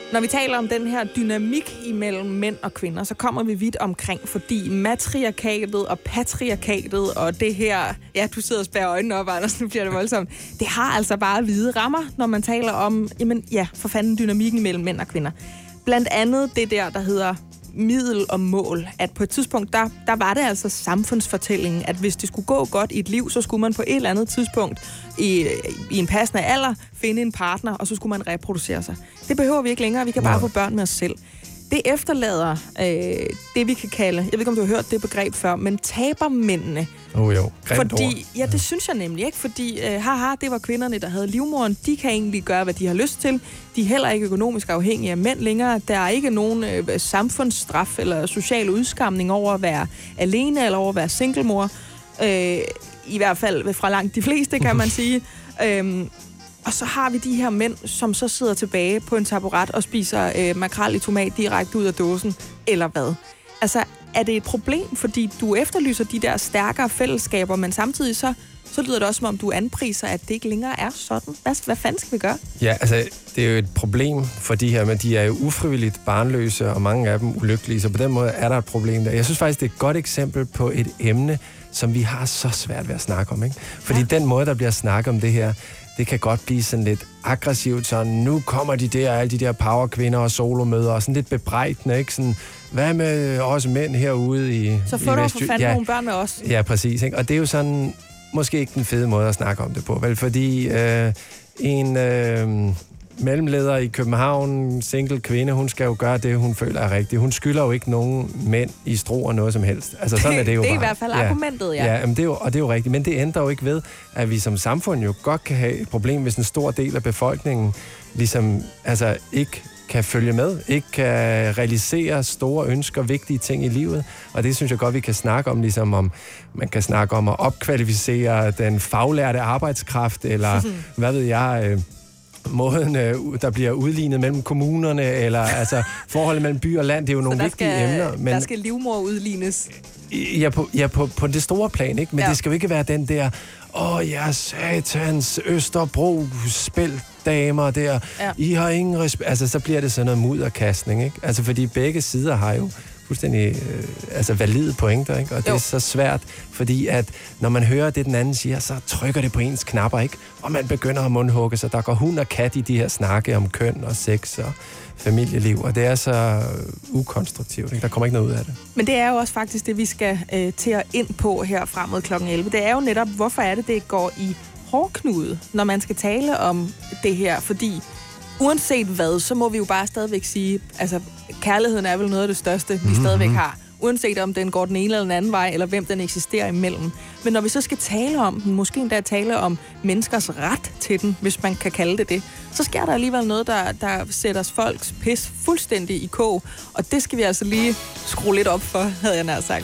Når vi taler om den her dynamik imellem mænd og kvinder, så kommer vi vidt omkring, fordi matriarkatet og patriarkatet og det her... Ja, du sidder og spærrer øjnene op, Anders, nu bliver det voldsomt. Det har altså bare hvide rammer, når man taler om, jamen ja, for fanden dynamikken mellem mænd og kvinder. Blandt andet det der, der hedder middel og mål. At på et tidspunkt, der, der var det altså samfundsfortællingen, at hvis det skulle gå godt i et liv, så skulle man på et eller andet tidspunkt i, i en passende alder finde en partner, og så skulle man reproducere sig. Det behøver vi ikke længere, vi kan bare ja. få børn med os selv. Det efterlader øh, det, vi kan kalde, jeg ved ikke, om du har hørt det begreb før, men tabermændene. Oh jo, grimt fordi, ord. ja, det synes jeg nemlig ikke, fordi øh, haha, det var kvinderne, der havde livmoderen. De kan egentlig gøre, hvad de har lyst til. De er heller ikke økonomisk afhængige af mænd længere. Der er ikke nogen øh, samfundsstraf eller social udskamning over at være alene eller over at være singlemor. Øh, I hvert fald fra langt de fleste, kan man sige. Øhm, Og så har vi de her mænd, som så sidder tilbage på en taburet og spiser øh, makrel i tomat direkte ud af dåsen, eller hvad? Altså, er det et problem, fordi du efterlyser de der stærkere fællesskaber, men samtidig så, så lyder det også, som om du anpriser, at det ikke længere er sådan. Hvad, hvad fanden skal vi gøre? Ja, altså, det er jo et problem for de her, men de er jo ufrivilligt barnløse, og mange af dem ulykkelige, så på den måde er der et problem der. Jeg synes faktisk, det er et godt eksempel på et emne, som vi har så svært ved at snakke om, ikke? Fordi ja. den måde, der bliver snakket om det her, det kan godt blive sådan lidt aggressivt, sådan, nu kommer de der, alle de der powerkvinder og solomøder, og sådan lidt bebrejdende, ikke? Sådan, hvad med os mænd herude i Så får du for fanden ja, nogle børn med os. Ja, præcis, ikke? Og det er jo sådan, måske ikke den fede måde at snakke om det på, vel? Fordi øh, en øh, mellemleder i København, single kvinde, hun skal jo gøre det, hun føler er rigtigt. Hun skylder jo ikke nogen mænd i stro og noget som helst. Altså sådan er det jo Det er bare. i hvert fald ja. argumentet, ja. Ja, men det er jo, og det er jo rigtigt. Men det ændrer jo ikke ved, at vi som samfund jo godt kan have et problem, hvis en stor del af befolkningen ligesom altså ikke kan følge med, ikke kan realisere store ønsker, vigtige ting i livet. Og det synes jeg godt, vi kan snakke om, ligesom om man kan snakke om at opkvalificere den faglærte arbejdskraft, eller hvad ved jeg... Øh, måden, der bliver udlignet mellem kommunerne, eller altså forholdet mellem by og land, det er jo nogle vigtige skal, emner. Men der skal livmor udlignes. Ja, på, ja, på, på det store plan, ikke? Men ja. det skal jo ikke være den der, åh ja, satans, Østerbro, spildamer der, ja. I har ingen respekt. Altså, så bliver det sådan noget mudderkastning, ikke? Altså, fordi begge sider har jo fuldstændig øh, altså valide pointer, ikke? Og det jo. er så svært, fordi at når man hører det, den anden siger, så trykker det på ens knapper, ikke? Og man begynder at mundhugge, så der går hund og kat i de her snakke om køn og sex og familieliv, og det er så ukonstruktivt, ikke? Der kommer ikke noget ud af det. Men det er jo også faktisk det, vi skal øh, til at ind på her frem mod klokken elleve. Det er jo netop, hvorfor er det, det går i hårdknude, når man skal tale om det her, fordi uanset hvad, så må vi jo bare stadigvæk sige, altså kærligheden er vel noget af det største, vi mm-hmm. stadigvæk har. Uanset om den går den ene eller den anden vej, eller hvem den eksisterer imellem. Men når vi så skal tale om den, måske endda tale om menneskers ret til den, hvis man kan kalde det det, så sker der alligevel noget, der, der sætter folks pis fuldstændig i kog. Og det skal vi altså lige skrue lidt op for, havde jeg nær sagt.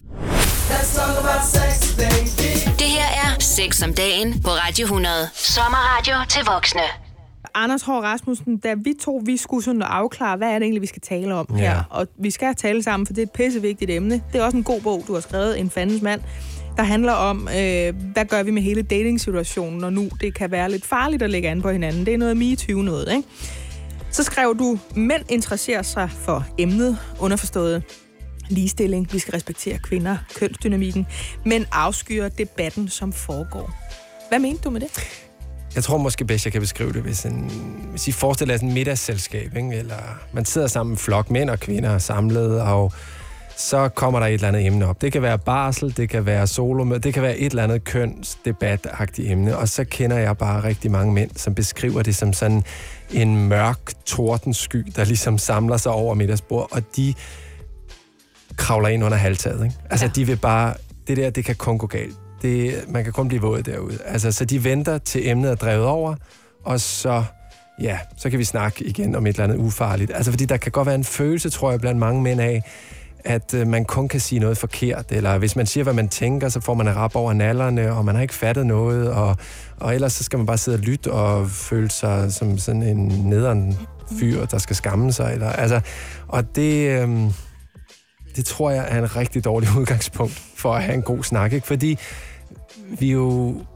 Det her er Sex om dagen på Radio hundrede. Sommerradio til voksne. Anders Haahr Rasmussen, da vi to, vi skulle sådan afklare, hvad er det egentlig, vi skal tale om her. Ja. Og vi skal tale sammen, for det er et pissevigtigt emne. Det er også en god bog, du har skrevet, En fandens mand, der handler om, øh, hvad gør vi med hele dating-situationen, når nu det kan være lidt farligt at lægge an på hinanden. Det er noget MeToo noget, ikke? Så skrev du, mænd interesserer sig for emnet, underforstået ligestilling, vi skal respektere kvinder, kønsdynamikken, men afskyer debatten, som foregår. Hvad mente du med det? Jeg tror måske bedst, jeg kan beskrive det, hvis, en, hvis I forestiller jer sådan et middagsselskab, ikke? Eller man sidder sammen en flok mænd og kvinder samlet, og så kommer der et eller andet emne op. Det kan være barsel, det kan være solomøde, det kan være et eller andet kønsdebatagtigt emne, og så kender jeg bare rigtig mange mænd, som beskriver det som sådan en mørk tordensky, der ligesom samler sig over middagsbord, og de kravler ind under halvtaget, ikke? Altså, ja. de vil bare... Det der, det kan kun gå galt. Det, man kan kun blive våd derude. Altså, så de venter til emnet er drevet over, og så, ja, så kan vi snakke igen om et eller andet ufarligt. Altså, fordi der kan godt være en følelse, tror jeg, blandt mange mænd af, at øh, man kun kan sige noget forkert, eller hvis man siger, hvad man tænker, så får man en rap over nallerne, og man har ikke fattet noget, og, og ellers så skal man bare sidde og lytte og føle sig som sådan en nederen fyr, der skal skamme sig. Eller, altså, og det... Øh, Det tror jeg er en rigtig dårlig udgangspunkt for at have en god snak, ikke? Fordi vi jo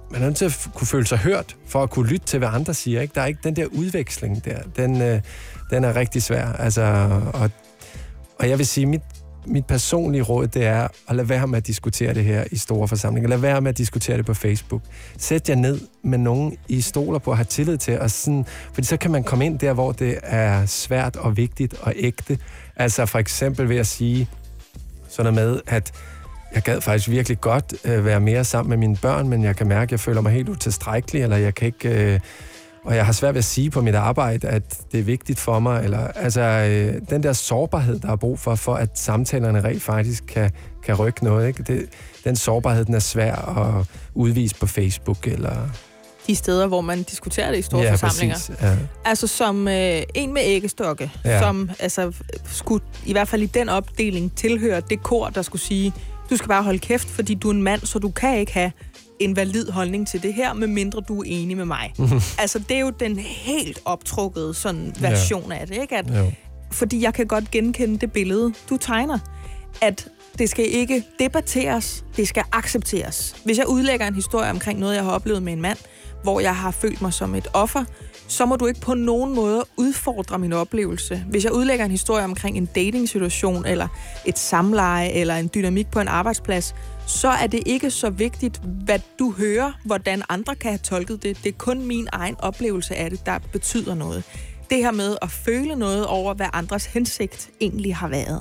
man er nødt til at kunne føle sig hørt, for at kunne lytte til, hvad andre siger. Ikke? Der er ikke den der udveksling der. Den, øh, den er rigtig svær. Altså, og, og jeg vil sige, mit, mit personlige råd, det er at lade være med at diskutere det her i store forsamlinger. Lad være med at diskutere det på Facebook. Sæt jer ned med nogen, I stoler på at have tillid til, og sådan, fordi så kan man komme ind der, hvor det er svært og vigtigt og ægte. Altså for eksempel ved at sige sådan med, at jeg gad faktisk virkelig godt øh, være mere sammen med mine børn, men jeg kan mærke, at jeg føler mig helt utilstrækkelig, eller jeg kan ikke... Øh, og jeg har svært ved at sige på mit arbejde, at det er vigtigt for mig. Eller, altså, øh, den der sårbarhed, der er brug for, for at samtalerne rent faktisk kan, kan rykke noget. Ikke? Det, den sårbarhed, den er svær at udvise på Facebook, eller... De steder, hvor man diskuterer det i store ja, forsamlinger. Præcis, ja. Altså som øh, en med æggestokke, ja. som altså, skulle i hvert fald i den opdeling tilhøre det kor, der skulle sige, du skal bare holde kæft, fordi du er en mand, så du kan ikke have en valid holdning til det her, medmindre du er enig med mig. Altså, det er jo den helt optrukkede sådan version ja. af det, ikke? At, fordi jeg kan godt genkende det billede, du tegner. At det skal ikke debatteres, det skal accepteres. Hvis jeg udlægger en historie omkring noget, jeg har oplevet med en mand, hvor jeg har følt mig som et offer, så må du ikke på nogen måde udfordre min oplevelse. Hvis jeg udlægger en historie omkring en dating-situation, eller et samleje, eller en dynamik på en arbejdsplads, så er det ikke så vigtigt, hvad du hører, hvordan andre kan have tolket det. Det er kun min egen oplevelse af det, der betyder noget. Det her med at føle noget over, hvad andres hensigt egentlig har været.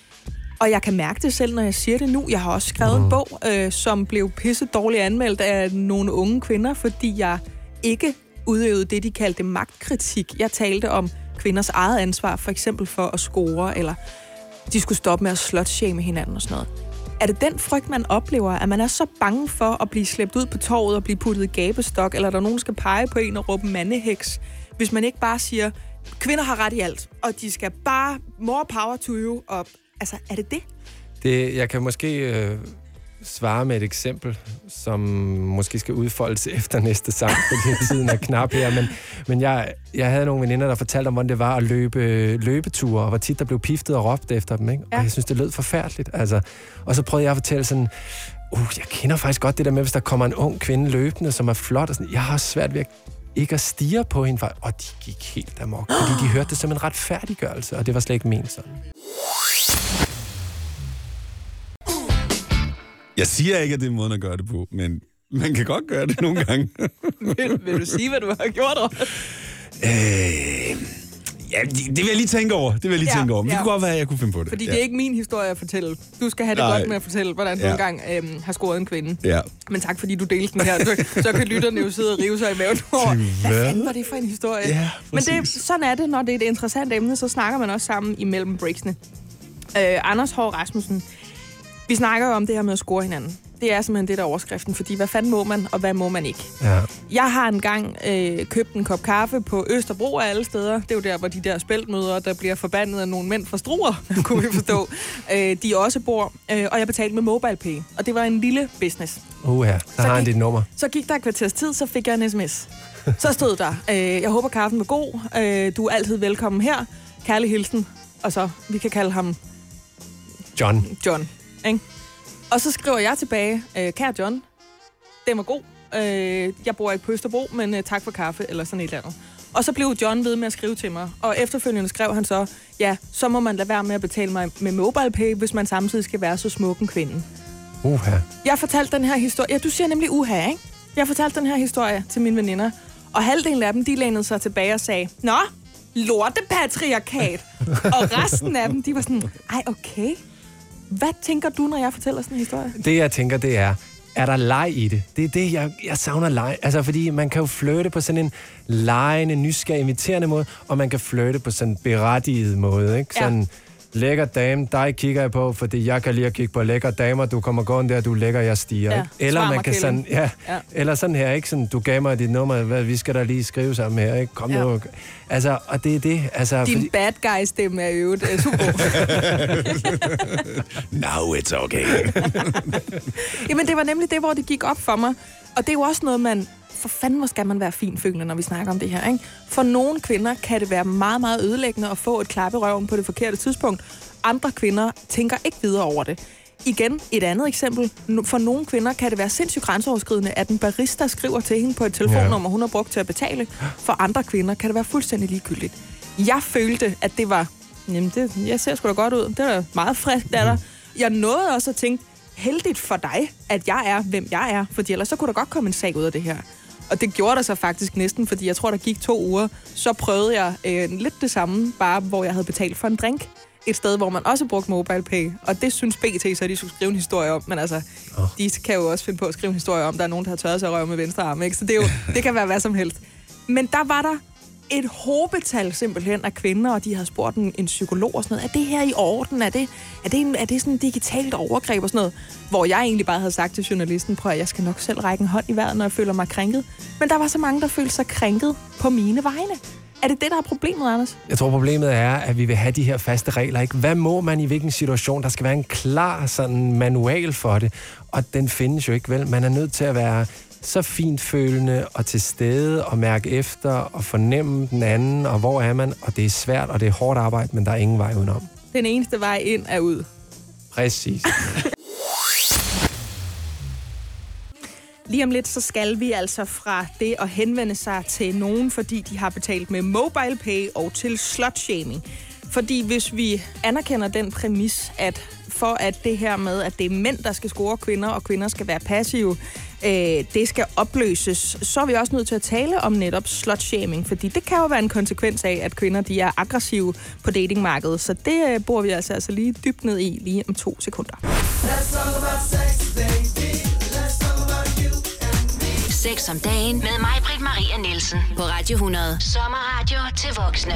Og jeg kan mærke det selv, når jeg siger det nu. Jeg har også skrevet mm. en bog, øh, som blev pisse dårligt anmeldt af nogle unge kvinder, fordi jeg ikke udøvede det, de kaldte magtkritik. Jeg talte om kvinders eget ansvar, for eksempel for at score, eller de skulle stoppe med at slutshame hinanden og sådan noget. Er det den frygt, man oplever, at man er så bange for at blive slæbt ud på torvet og blive puttet i gabestok, eller der nogen skal pege på en og råbe mandeheks, hvis man ikke bare siger, kvinder har ret i alt, og de skal bare more power to you, og altså, er det det? det jeg kan måske øh, svare med et eksempel, som måske skal udfoldes efter næste sang, fordi tiden er knap her. Men, men jeg, jeg havde nogle veninder, der fortalte om, hvordan det var at løbe løbeture, og hvor tit der blev piftet og råbt efter dem. Ikke? Ja. Og jeg synes, det lød forfærdeligt. Altså, og så prøvede jeg at fortælle sådan, uh, jeg kender faktisk godt det der med, hvis der kommer en ung kvinde løbende, som er flot. Og sådan, jeg har svært ved at ikke at stirre på hende, og de gik helt amok, fordi de hørte det som en retfærdiggørelse, og det var slet ikke ment sådan. Jeg siger ikke, at det er måden at gøre det på, men man kan godt gøre det nogle gange. vil, vil du sige, hvad du har gjort, Robert? Øh, ja, det, det vil jeg lige tænke over. Det vil jeg lige ja, tænke over. Men ja. Det kunne godt være, at jeg kunne finde på det. Fordi ja. det er ikke min historie at fortælle. Du skal have det Nej. godt med at fortælle, hvordan du ja. engang øhm, har scoret en kvinde. Ja. Men tak, fordi du delte den her. Så, så kan lytterne jo sidde og rive sig i maven over. Hvad fanden var det for en historie? Ja, men det, sådan er det, når det er et interessant emne, så snakker man også sammen imellem breaksene. Øh, Anders Haahr Rasmussen, vi snakker jo om det her med at score hinanden. Det er simpelthen det, der er overskriften, fordi hvad fanden må man, og hvad må man ikke? Ja. Jeg har engang øh, købt en kop kaffe på Østerbro af alle steder. Det er jo der, hvor de der spæltmøder, der bliver forbandet af nogle mænd fra Struer, kunne vi forstå. øh, de også bor, øh, og jeg betalte med MobilePay. Og det var en lille business. Uh ja, der har han dit nummer. Så gik der et kvarters tid, så fik jeg en sms. Så stod der, øh, jeg håber kaffen var god, øh, du er altid velkommen her. Kærlig hilsen. Og så, vi kan kalde ham... John. John, ikke? Og så skriver jeg tilbage, øh, kære John, den var god. Øh, jeg bor ikke på Østerbro, men øh, tak for kaffe, eller sådan et eller andet. Og så blev John ved med at skrive til mig. Og efterfølgende skrev han så, ja, så må man lade være med at betale mig med MobilePay, hvis man samtidig skal være så smuk en kvinde. Uha. Jeg fortalte den her historie. Ja, du siger nemlig uha, ikke? Jeg fortalte den her historie til mine veninder. Og halvdelen af dem, de lænede sig tilbage og sagde, nå, lortepatriarkat. Og resten af dem, de var sådan, ej, okay. Hvad tænker du, når jeg fortæller sådan en historie? Det, jeg tænker, det er, er der leg i det? Det er det, jeg, jeg savner leg. Altså, fordi man kan jo flirte på sådan en legende, nysgerrig, inviterende måde, og man kan flirte på sådan en berettiget måde, ikke? Sådan, ja. Lækker dame, dig kigger jeg på, fordi jeg kan lige at kigge på lækker damer, du kommer gående der, du er lækker, jeg stiger, ja. Ikke? Eller man kan sådan, ja, ja, eller sådan her, ikke? Sådan, du gav mig dit nummer, hvad, vi skal da lige skrive sammen her, ikke? Kom ja. nu. Altså, og det er det, altså... Din fordi... bad guy stemme er jo uh, super. Now it's okay. Jamen, det var nemlig det, hvor det gik op for mig. Og det er jo også noget, man... For fanden, hvor skal man være finfølende, når vi snakker om det her, ikke? For nogle kvinder kan det være meget, meget ødelæggende at få et klap i røven på det forkerte tidspunkt. Andre kvinder tænker ikke videre over det. Igen, et andet eksempel. For nogle kvinder kan det være sindssygt grænseoverskridende, at en barista skriver til hende på et telefonnummer, hun har brugt til at betale. For andre kvinder kan det være fuldstændig ligegyldigt. Jeg følte, at det var... Jamen, det, jeg ser sgu da godt ud. Det er meget frisk, der der. Jeg nåede også at tænke, heldigt for dig, at jeg er, hvem jeg er. Fordi ellers så kunne der godt komme en sag ud af det her. Og det gjorde der så faktisk næsten, fordi jeg tror, der gik to uger. Så prøvede jeg øh, lidt det samme, bare hvor jeg havde betalt for en drink. Et sted, hvor man også brugte MobilePay. Og det synes B T, så de skulle skrive en historie om. Men altså, oh. de kan jo også finde på at skrive en historie om, der er nogen, der har tørret sig røv med venstre arm, ikke? Så det, er jo, det kan være hvad som helst. Men der var der et håbetal simpelthen af kvinder, og de havde spurgt en, en psykolog og sådan noget. Er det her i orden? Er det, er det, en, er det sådan en digitalt overgreb og sådan noget? Hvor jeg egentlig bare havde sagt til journalisten, prøv at jeg skal nok selv række en hånd i vejret, når jeg føler mig krænket. Men der var så mange, der følte sig krænket på mine vegne. Er det det, der er problemet, Anders? Jeg tror, problemet er, at vi vil have de her faste regler. Ikke? Hvad må man i hvilken situation? Der skal være en klar sådan, manual for det, og den findes jo ikke, vel? Man er nødt til at være så fint følende og til stede og mærke efter og fornemme den anden, og hvor er man? Og det er svært, og det er hårdt arbejde, men der er ingen vej udenom. Den eneste vej ind er ud. Præcis. Lige om lidt, så skal vi altså fra det at henvende sig til nogen, fordi de har betalt med MobilePay og til slutshaming. Fordi hvis vi anerkender den præmis, at for at det her med, at det er mænd, der skal score kvinder, og kvinder skal være passive, øh, det skal opløses, så er vi også nødt til at tale om netop slutshaming. Fordi det kan jo være en konsekvens af, at kvinder de er aggressive på datingmarkedet. Så det øh, bor vi altså, altså lige dybt ned i lige om to sekunder. Sex om dagen med mig, Britt Maria Nielsen, på Radio hundrede. Sommerradio til voksne.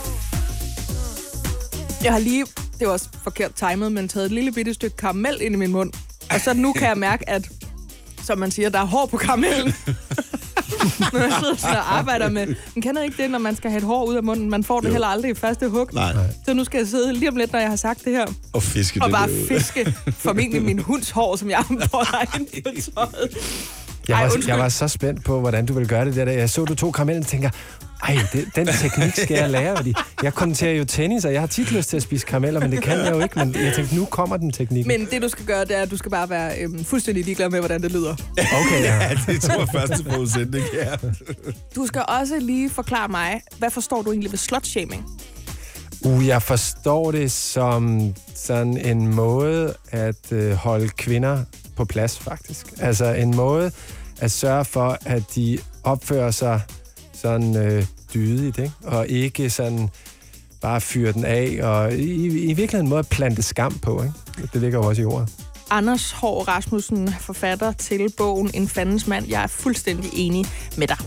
Jeg har lige, det var også forkert timet, men taget et lille bitte stykke karamel ind i min mund. Og så nu kan jeg mærke, at, som man siger, der er hår på karamellen. Når jeg sidder sådan og arbejder med. Man kender ikke det, når man skal have et hår ud af munden. Man får det jo heller aldrig i første hug. Nej. Så nu skal jeg sidde lige om lidt, når jeg har sagt det her. Og fiske og det. bare fiske formentlig min hunds hår, som jeg har på ind på tøjet. Jeg var, Ej, jeg var så spændt på, hvordan du ville gøre det der. Jeg så, du tog karamellen og tænker, ej, det, den teknik skal jeg lære. Fordi jeg kommenterer jo tennis, og jeg har tit lyst til at spise karameller, men det kan jeg jo ikke. Men jeg tænkte, nu kommer den teknik. Men det, du skal gøre, det er, at du skal bare være øhm, fuldstændig ligeglad med, hvordan det lyder. Okay, ja. Ja, det tror jeg første forudsætning, ja. Du skal også lige forklare mig, hvad forstår du egentlig ved slutshaming? Uh, jeg forstår det som sådan en måde at øh, holde kvinder på plads, faktisk. Altså en måde at sørge for, at de opfører sig sådan øh, dydigt, ikke? Og ikke sådan bare fyre den af, og i, i virkeligheden en måde at plante skam på, ikke? Det ligger jo også i ordet. Anders Haahr Rasmussen, forfatter til bogen En fandens mand. Jeg er fuldstændig enig med dig.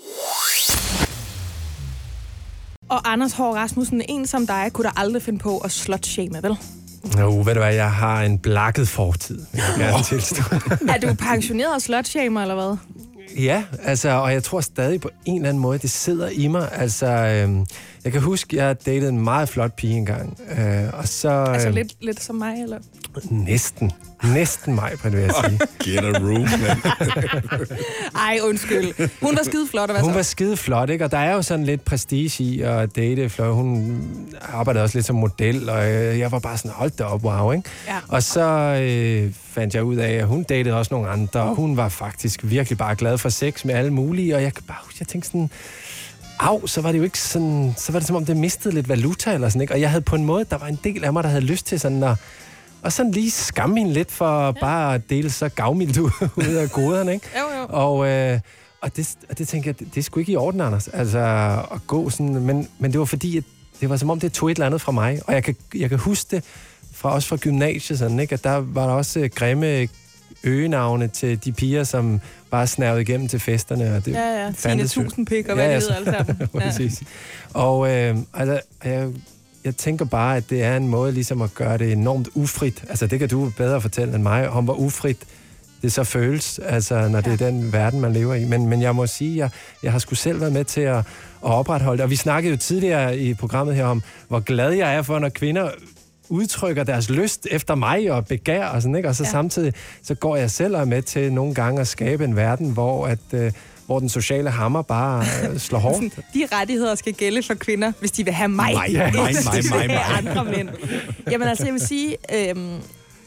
Og Anders Haahr Rasmussen, en som dig, kunne der aldrig finde på at slutshame, vel? Jo, ved du hvad, jeg har en blakket fortid, jeg vil gerne tilstå. Er du pensioneret slutshamer, eller hvad? Ja, altså, og jeg tror stadig på en eller anden måde, det sidder i mig. Altså, øhm, jeg kan huske, jeg datede en meget flot pige engang. Øh, og så, øh, altså lidt, lidt som mig, eller? Næsten. Næsten mig, vil jeg sige. Get a room, man. Ej, undskyld. Hun var skide flot, og hvad Hun så? var skide flot, ikke? Og der er jo sådan lidt prestige i at date flot. Hun arbejdede også lidt som model, og jeg var bare sådan, hold da op, wow, ikke? Ja. Og så øh, fandt jeg ud af, at hun datede også nogle andre, og hun var faktisk virkelig bare glad for sex med alle mulige, og jeg kan bare huske, jeg tænkte sådan, au, så var det jo ikke sådan, så var det som om det mistede lidt valuta eller sådan, ikke? Og jeg havde på en måde, der var en del af mig, der havde lyst til sådan at, og sådan lige skamme hende lidt for ja. bare at dele så gavmildt ud af goderne, ikke? Jo, jo. Og, øh, og, det, og det tænkte jeg, det, det er sgu ikke i orden, Anders, altså at gå sådan, men, men det var fordi, at det var som om, det tog et eller andet fra mig, og jeg kan, jeg kan huske det fra, også fra gymnasiet, sådan, ikke? At der var der også grimme øgenavne til de piger, som bare snærvede igennem til festerne. Og det ja, ja. Tine tusind pik, og hvad ja, det hedder alle sammen. Ja. Præcis. Og øh, altså, jeg, jeg tænker bare, at det er en måde ligesom at gøre det enormt ufrit. Altså, det kan du bedre fortælle end mig, om hvor ufrit det så føles, altså, når ja. det er den verden, man lever i. Men, men jeg må sige, at jeg, jeg har sgu selv været med til at, at opretholde det. Og vi snakkede jo tidligere i programmet her om, hvor glad jeg er for, når kvinder udtrykker deres lyst efter mig og begær og sådan, ikke? Og så ja. samtidig, så går jeg selv og er med til nogle gange at skabe en verden, hvor at øh, hvor den sociale hammer bare øh, slår hårdt. De rettigheder skal gælde for kvinder, hvis de vil have mig. Mig, mig, mig, mig, mig. andre mænd. Jamen altså, jeg vil sige, øhm,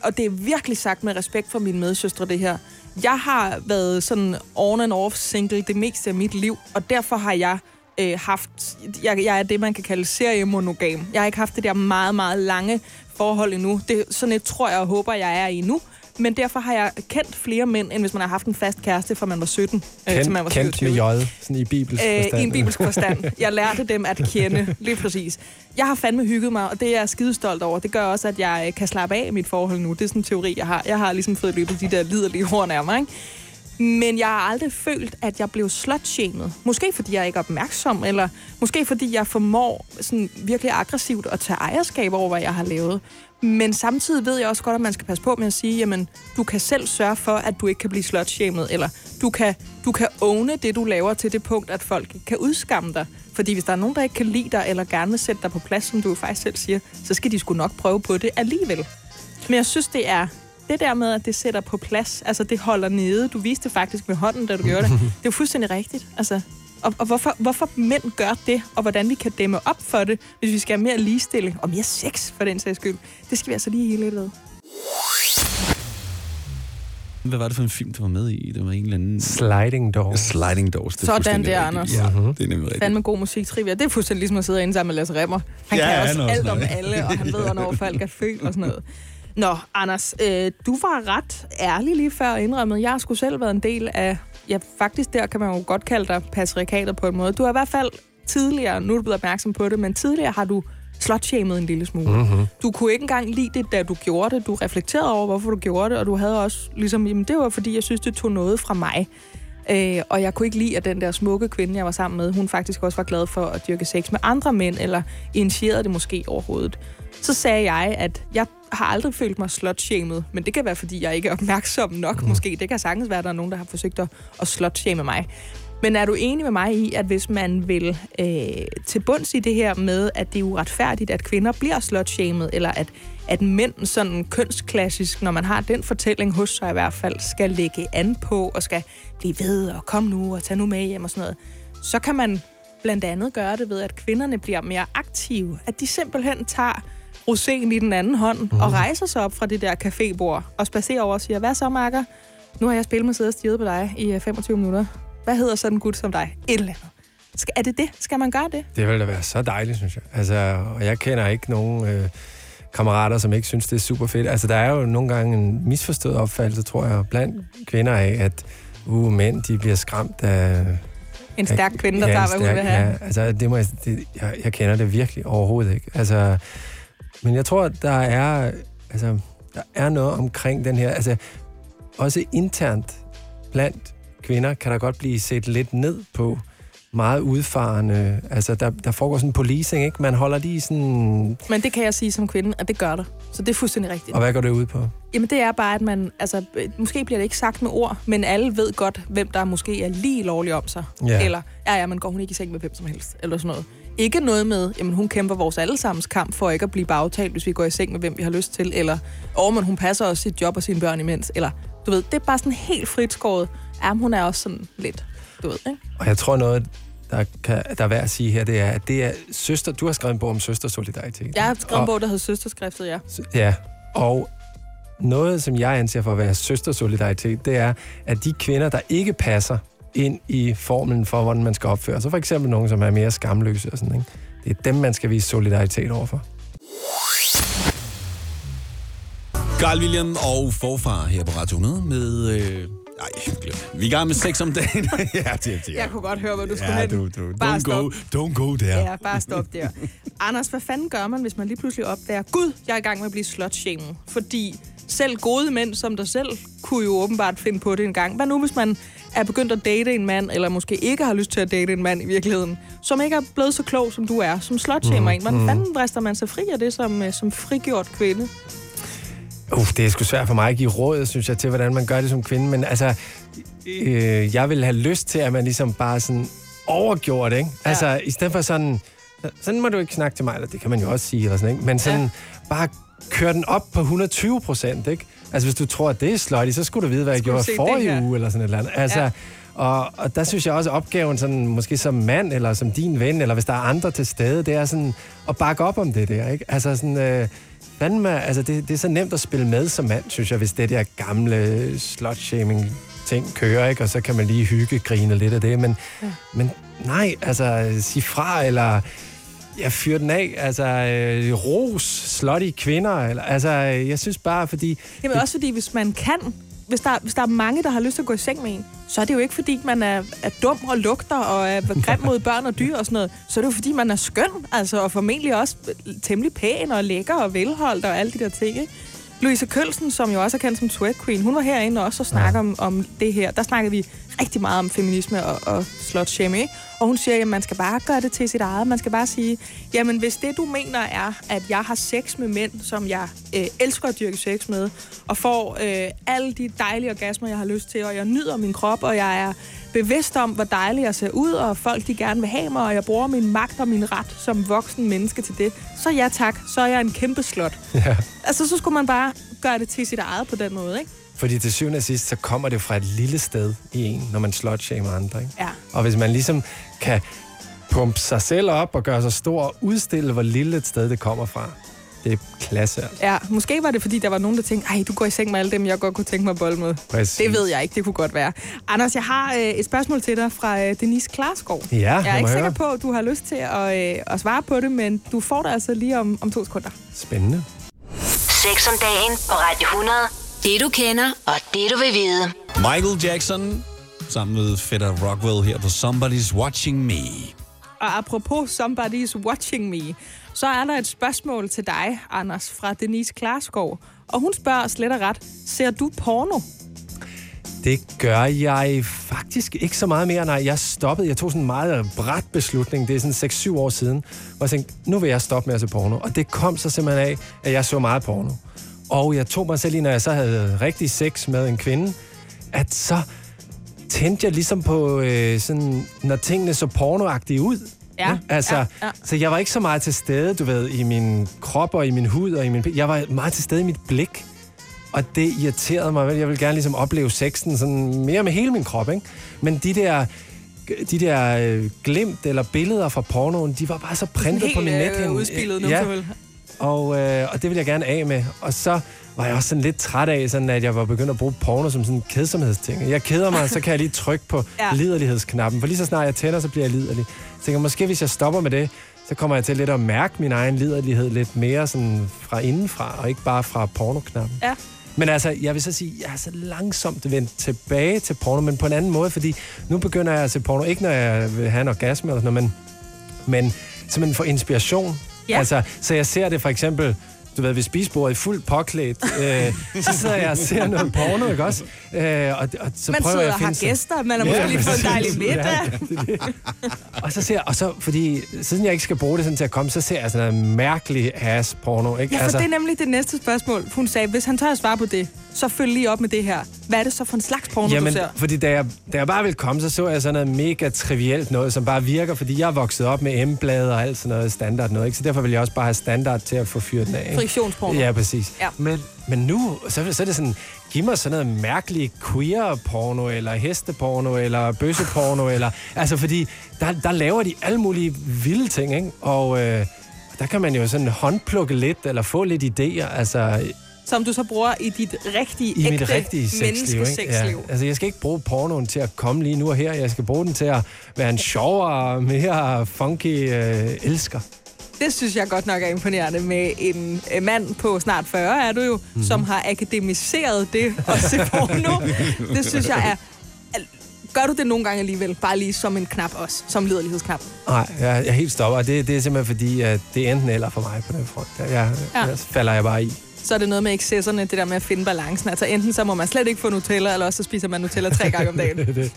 og det er virkelig sagt med respekt for mine medsøstre, det her. Jeg har været sådan on and off single det meste af mit liv, og derfor har jeg øh, haft... Jeg, jeg er det, man kan kalde seriemonogam. Jeg har ikke haft det der meget, meget lange forhold endnu. Det er sådan et, tror jeg og håber, jeg er i nu. Men derfor har jeg kendt flere mænd, end hvis man har haft en fast kæreste, fra man var sytten Kend, øh, til man var kendt syvogtyve. med J, sådan i bibelsk forstand. Øh, I en bibelsk forstand. Jeg lærte dem at kende, lige præcis. Jeg har fandme hygget mig, og det er jeg skidestolt over. Det gør også, at jeg kan slappe af i mit forhold nu. Det er sådan en teori, jeg har. Jeg har ligesom fået løbet de der liderlige horn af mig, ikke? Men jeg har aldrig følt, at jeg blev slutshamed. Måske fordi jeg ikke er opmærksom, eller måske fordi jeg formår sådan virkelig aggressivt at tage ejerskab over, hvad jeg har lavet. Men samtidig ved jeg også godt, at man skal passe på med at sige, jamen, du kan selv sørge for, at du ikke kan blive slutshamed, eller du kan, du kan owne det, du laver til det punkt, at folk kan udskamme dig. Fordi hvis der er nogen, der ikke kan lide dig, eller gerne vil sætte dig på plads, som du faktisk selv siger, så skal de sgu nok prøve på det alligevel. Men jeg synes, det er det der med, at det sætter på plads, altså det holder nede. Du viste det faktisk med hånden, da du gjorde det. Det er jo fuldstændig rigtigt. Altså, og og hvorfor, hvorfor mænd gør det, og hvordan vi kan dæmme op for det, hvis vi skal have mere ligestilling og mere sex, for den sags skyld. Det skal vi altså lige hele ved. Hvad var det for en film, du var med i? Det var en eller anden... Sliding Doors. Sliding Doors. Det er Sådan der, rigtigt. Anders. Ja, Mm-hmm. det er nemlig rigtigt. Fandme god musiktrivia. Det er fuldstændig ligesom at sidde inde sammen med Lasse Remmer. Han Ja, kan han også også alt om noget. alle, og han ved, hvornår folk er følt og sådan noget. Nå, Anders, øh, du var ret ærlig lige før indrømmet. Jeg har sgu selv været en del af... Ja, faktisk der kan man jo godt kalde dig patriarkatet på en måde. Du har i hvert fald tidligere, nu er du blevet opmærksom på det, men tidligere har du slutshamed en lille smule. Mm-hmm. Du kunne ikke engang lide det, da du gjorde det. Du reflekterede over, hvorfor du gjorde det, og du havde også ligesom, jamen det var fordi, jeg synes, det tog noget fra mig. Øh, og jeg kunne ikke lide, at den der smukke kvinde, jeg var sammen med, hun faktisk også var glad for at dyrke sex med andre mænd, eller initierede det måske overhovedet. Så sagde jeg, at jeg har aldrig følt mig slutshamed, men det kan være, fordi jeg ikke er opmærksom nok, mm. måske. Det kan sagtens være, at der er nogen, der har forsøgt at, at slutshame mig. Men er du enig med mig i, at hvis man vil øh, til bunds i det her med, at det er uretfærdigt, at kvinder bliver slutshamed, eller at, at mænd sådan kønsklassisk, når man har den fortælling hos sig i hvert fald, skal lægge an på, og skal blive ved, og kom nu, og tage nu med hjem og sådan noget, så kan man blandt andet gøre det ved, at kvinderne bliver mere aktive. At de simpelthen tager roséen i den anden hånd, mm. og rejser sig op fra det der cafébord, og spacerer over og siger, hvad så, makker? Nu har jeg spillet med sidde og stirret på dig i femogtyve minutter. Hvad hedder sådan en gut som dig? Et eller andet. Skal, er det det? Skal man gøre det? Det vil da være så dejligt, synes jeg. Altså, og jeg kender ikke nogen øh, kammerater, som ikke synes, det er super fedt. Altså, der er jo nogle gange en misforstået opfattelse, tror jeg, blandt kvinder af, at uh, mænd, de bliver skræmt af... En stærk kvinde, der ja, tager, hvad hun vil have. Ja, altså, det må jeg, det, jeg, jeg kender det virkelig overhovedet ikke. Altså, men jeg tror, der er, altså, der er noget omkring den her... Altså, også internt blandt kvinder kan der godt blive set lidt ned på meget udfarende. Altså, der, der foregår sådan en policing, ikke? Man holder lige sådan... Men det kan jeg sige som kvinde, at det gør der. Så det er fuldstændig rigtigt. Og hvad går det ud på? Jamen, det er bare, at man... Altså, måske bliver det ikke sagt med ord, men alle ved godt, hvem der måske er lige lovlig om sig. Ja. Eller, ja, ja, man går hun ikke i seng med hvem som helst, eller sådan noget. Ikke noget med, jamen, hun kæmper vores allesammens kamp for ikke at blive bagtalt, hvis vi går i seng med hvem vi har lyst til, eller, åh, men hun passer også sit job og sine børn imens, eller, du ved, det er bare sådan helt fritskåret. Ja, hun er også sådan lidt, du ved, ikke? Og jeg tror noget, der, kan, der er værd at sige her, det er, at det er søster... Du har skrevet en bog om søstersolidaritet. Jeg har skrevet en bog, der hedder Søsterskriftet, ja. Ja, og noget, som jeg anser for at være søstersolidaritet, det er, at de kvinder, der ikke passer ind i formlen for, hvordan man skal opføre sig, for eksempel nogen, som er mere skamløse og sådan, ikke? Det er dem, man skal vise solidaritet overfor. Carl William og Forfar her på Radio hundrede med... Øh... Nej, glem. Vi er i gang med sex om dagen. ja, det, det, Jeg kunne godt høre, hvad du skulle ja, hen. du, du, Bare don't, go, don't go der. Ja, bare stop der. Anders, hvad fanden gør man, hvis man lige pludselig opdager, gud, jeg er i gang med at blive slutshamed? Fordi selv gode mænd som dig selv kunne jo åbenbart finde på det en gang. Hvad nu, hvis man er begyndt at date en mand, eller måske ikke har lyst til at date en mand i virkeligheden, som ikke er blevet så klog, som du er, som slutshamer mm, en? Hvordan mm. fanden brister man sig fri af det som, som frigjort kvinde? Uh, det er sgu svært for mig at give råd, synes jeg, til, hvordan man gør det som kvinde. Men altså, øh, jeg vil have lyst til, at man ligesom bare sådan overgjorde det, ikke? Ja. Altså, i stedet for sådan, sådan må du ikke snakke til mig, eller det kan man jo også sige, eller sådan, ikke? Men sådan, ja. Bare køre den op på et hundrede og tyve procent, ikke? Altså, hvis du tror, at det er slutty, så skulle du vide, hvad jeg gjorde forrige uge, eller sådan et eller andet. Altså, ja. og, og der synes jeg også, at opgaven, sådan, måske som mand, eller som din ven, eller hvis der er andre til stede, det er sådan at bakke op om det der, ikke? Altså sådan... Øh, fandme, altså det, det er så nemt at spille med som mand, synes jeg, hvis det der gamle slut-shaming ting kører, ikke? Og så kan man lige hygge, grine lidt af det, men, ja. men nej, altså sig fra, eller ja, fyr den af, altså øh, ros, slutty kvinder, eller, altså jeg synes bare, fordi... Jamen også fordi, hvis man kan, hvis der, hvis der er mange, der har lyst til at gå i seng med en, så er det jo ikke, fordi man er, er dum og lugter og er grim mod børn og dyr og sådan noget. Så er det jo, fordi man er skøn, altså, og formentlig også temmelig pæn og lækker og velholdt og alle de der ting, ikke? Louise Kølsen, som jo også er kendt som twerk queen, hun var herinde også og snakker ja. om, om det her. Der snakkede vi rigtig meget om feminisme og, og slut-shaming, ikke? Og hun siger, at man skal bare gøre det til sit eget. Man skal bare sige, jamen hvis det du mener er, at jeg har sex med mænd, som jeg øh, elsker at dyrke sex med, og får øh, alle de dejlige orgasmer, jeg har lyst til, og jeg nyder min krop, og jeg er bevidst om, hvor dejlig jeg ser ud, og folk de gerne vil have mig, og jeg bruger min magt og min ret som voksen menneske til det, så ja tak, så er jeg en kæmpe slut. Ja. Altså så skulle man bare gøre det til sit eget på den måde, ikke? Fordi til syvende og sidst, så kommer det fra et lille sted i en, når man slut-shamer andre, ikke? Ja. Og hvis man ligesom kan pumpe sig selv op og gøre sig stor og udstille, hvor lille et sted det kommer fra, det er klasse, altså. Ja, måske var det, fordi der var nogen, der tænkte, ej, du går i seng med alle dem, jeg godt kunne tænke mig at bolle med. Præcis. Det ved jeg ikke, det kunne godt være. Anders, jeg har øh, et spørgsmål til dig fra øh, Denise Klarskov. Ja, jeg er ikke høre. sikker på, at du har lyst til at, øh, at svare på det, men du får det altså lige om, om to sekunder. Spændende. Sex om dagen på Radio hundrede. Det du kender, og det du vil vide. Michael Jackson sammen med Fedder Rockwell her på Somebody's Watching Me. Og apropos Somebody's Watching Me, så er der et spørgsmål til dig, Anders, fra Denise Klarskov. Og hun spørger slet og ret, ser du porno? Det gør jeg faktisk ikke så meget mere. Nej, jeg stoppede. Jeg tog sådan en meget brat beslutning. Det er sådan seks syv år siden. Og jeg tænkte, nu vil jeg stoppe med at se porno. Og det kom så simpelthen af, at jeg så meget porno. Og jeg tog mig selv i, når jeg så havde rigtig sex med en kvinde, at så tændte jeg ligesom på, øh, sådan, når tingene så pornoagtige ud. Ja, ja? Altså, ja, ja. Så jeg var ikke så meget til stede, du ved, i min krop og i min hud og i min... Jeg var meget til stede i mit blik. Og det irriterede mig. Jeg ville gerne ligesom opleve sexen sådan mere med hele min krop, ikke? Men de der... De der øh, glimt eller billeder fra pornoen, de var bare så printet på min nethinde. Helt øh, udspillet nu, ja. så vel. Og, øh, og det ville jeg gerne af med. Og så var jeg også sådan lidt træt af, sådan at jeg var begyndt at bruge porno som sådan en kedsomhedsting. Jeg keder mig, så kan jeg lige trykke på ja. liderlighedsknappen. For lige så snart jeg tænder, så bliver jeg liderlig. Jeg tænker, måske hvis jeg stopper med det, så kommer jeg til lidt at mærke min egen liderlighed lidt mere sådan fra indenfra, og ikke bare fra pornoknappen. Ja. Men altså, jeg vil så sige, jeg er så langsomt vendt tilbage til porno, men på en anden måde, fordi nu begynder jeg at se porno, ikke når jeg vil have en orgasme eller sådan noget, men, men simpelthen for inspiration. Ja. Altså, så jeg ser det for eksempel, du ved, ved spisebordet i fuldt påklædt, øh, så sidder jeg og ser noget porno, ikke også? Øh, og, og så man prøver jeg at finde... Man sidder og har gæster, man har måske ja, lige fået en dejlig middag. Ja, det det. Og så ser jeg, og så, fordi siden jeg ikke skal bruge det sådan til at komme, så ser jeg sådan noget mærkelig ass porno, ikke? Ja, for altså, det er nemlig det næste spørgsmål. Hun sagde, hvis han tør at svare på det, så følg lige op med det her. Hvad er det så for en slags porno, Jamen, du ser? Fordi da jeg, da jeg bare ville komme, så så jeg sådan noget mega trivielt noget, som bare virker, fordi jeg er vokset op med M-blade og alt sådan noget standard noget, ikke? Så derfor vil jeg også bare have standard til at få fyret den af. Ikke? Friktionsporno. Ja, præcis. Ja. Men, men nu, så, så er det sådan, giv mig sådan noget mærkeligt queer-porno, eller hesteporno, eller bøsseporno, eller... Altså, fordi der, der laver de alle mulige vilde ting, ikke? Og øh, der kan man jo sådan håndplukke lidt, eller få lidt idéer, altså... Som du så bruger i dit rigtige, I ægte mit rigtige sexliv, menneskesexliv. Ja. Altså, jeg skal ikke bruge pornoen til at komme lige nu og her. Jeg skal bruge den til at være en sjovere, mere funky øh, elsker. Det synes jeg godt nok er imponerende med en mand på snart fyrre, er du jo, mm-hmm. som har akademiseret det at se porno. Det synes jeg er... Gør du det nogle gange alligevel? Bare lige som en knap også, som liderlighedsknap? Nej, jeg, jeg er helt stopper. Det, det er simpelthen fordi, at det er enten eller for mig på den front. Jeg, jeg, ja. jeg falder jeg bare i. Så er det noget med excesserne, det der med at finde balancen. Altså enten så må man slet ikke få Nutella, eller også så spiser man Nutella tre gange om dagen. det det.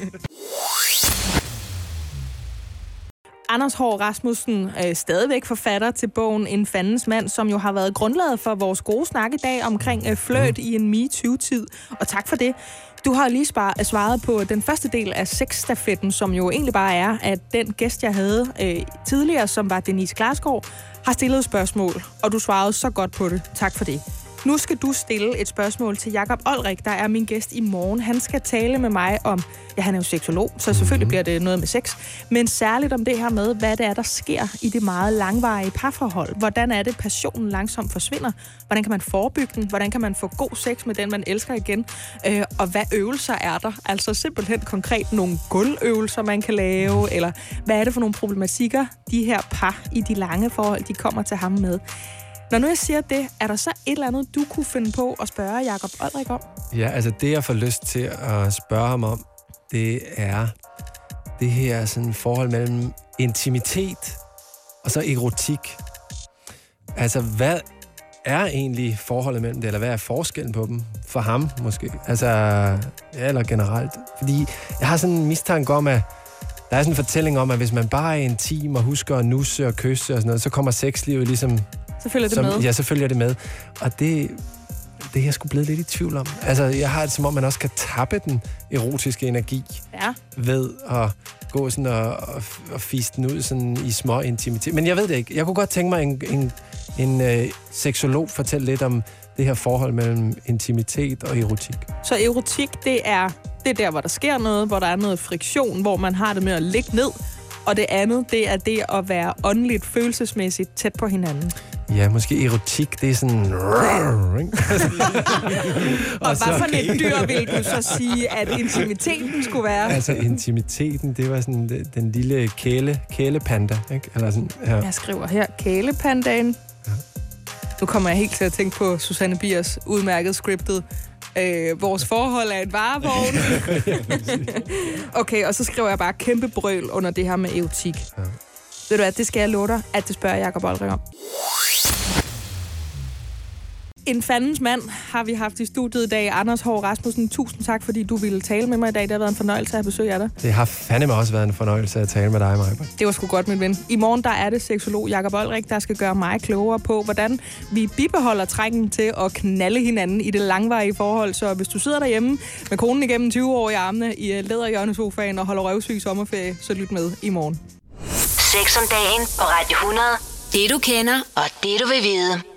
Anders Haahr Rasmussen er stadigvæk forfatter til bogen En fandens mand, som jo har været grundlaget for vores gode snak i dag omkring øh, flirt i en MeToo-tid. Og tak for det. Du har lige spar- svaret på den første del af sexstafetten, som jo egentlig bare er, at den gæst, jeg havde øh, tidligere, som var Denise Klarskov, har stillet spørgsmål, og du svarede så godt på det. Tak for det. Nu skal du stille et spørgsmål til Jakob Olrik, der er min gæst i morgen. Han skal tale med mig om, ja, han er jo seksolog, så selvfølgelig bliver det noget med sex, men særligt om det her med, hvad det er, der sker i det meget langvarige parforhold. Hvordan er det, passionen langsomt forsvinder? Hvordan kan man forebygge den? Hvordan kan man få god sex med den, man elsker igen? Øh, og hvad øvelser er der? Altså simpelthen konkret nogle gulvøvelser, man kan lave, eller hvad er det for nogle problematikker, de her par i de lange forhold, de kommer til ham med? Når nu jeg siger det, er der så et eller andet, du kunne finde på at spørge Jakob Olrik om? Ja, altså det, jeg får lyst til at spørge ham om, det er det her sådan forhold mellem intimitet og så erotik. Altså, hvad er egentlig forholdet mellem det, eller hvad er forskellen på dem? For ham, måske. Altså, ja, eller generelt. Fordi jeg har sådan en mistanke om, at der er sådan en fortælling om, at hvis man bare er intim og husker at nusse og kysse og sådan noget, så kommer sexlivet ligesom... Så følger det som, med. Ja, så følger det med. Og det, det er jeg sgu blevet lidt i tvivl om. Altså, jeg har det som om, man også kan tappe den erotiske energi ja. ved at gå sådan og, og, og fiste den ud sådan i små intimitet. Men jeg ved det ikke. Jeg kunne godt tænke mig, en, en, en øh, seksolog fortælle lidt om det her forhold mellem intimitet og erotik. Så erotik, det er, det er der, hvor der sker noget, hvor der er noget friktion, hvor man har det med at ligge ned. Og det andet, det er det at være åndeligt, følelsesmæssigt tæt på hinanden. Ja, måske erotik, det er sådan... og og hvad for et dyr vil du så sige, at intimiteten skulle være? Altså, intimiteten, det var sådan den, den lille kæle, kælepanda, ikke? Eller sådan, ja. Jeg skriver her, kælepandaen. Ja. Nu kommer jeg helt til at tænke på Susanne Biers udmærket scriptet. Øh, vores forhold er et varevogn. Okay, og så skriver jeg bare kæmpe brøl under det her med erotik. Ja. Ved du hvad, det skal jeg love dig, at det spørger Jakob Olrik om. En fandens mand har vi haft i studiet i dag. Anders Haahr Rasmussen, tusind tak, fordi du ville tale med mig i dag. Det har været en fornøjelse at besøge dig. Det har fandeme også været en fornøjelse at tale med dig, Maja. Det var sgu godt, min ven. I morgen der er det seksolog Jakob Olrik, der skal gøre mig klogere på, hvordan vi bibeholder trængen til at knalde hinanden i det langvarige forhold. Så hvis du sidder derhjemme med konen igennem tyve år i armene i læderhjørnesofaen og holder røvsyg sommerferie, så lyt med i morgen. Sex om dagen på Radio hundrede. Det du kender og det du vil vide.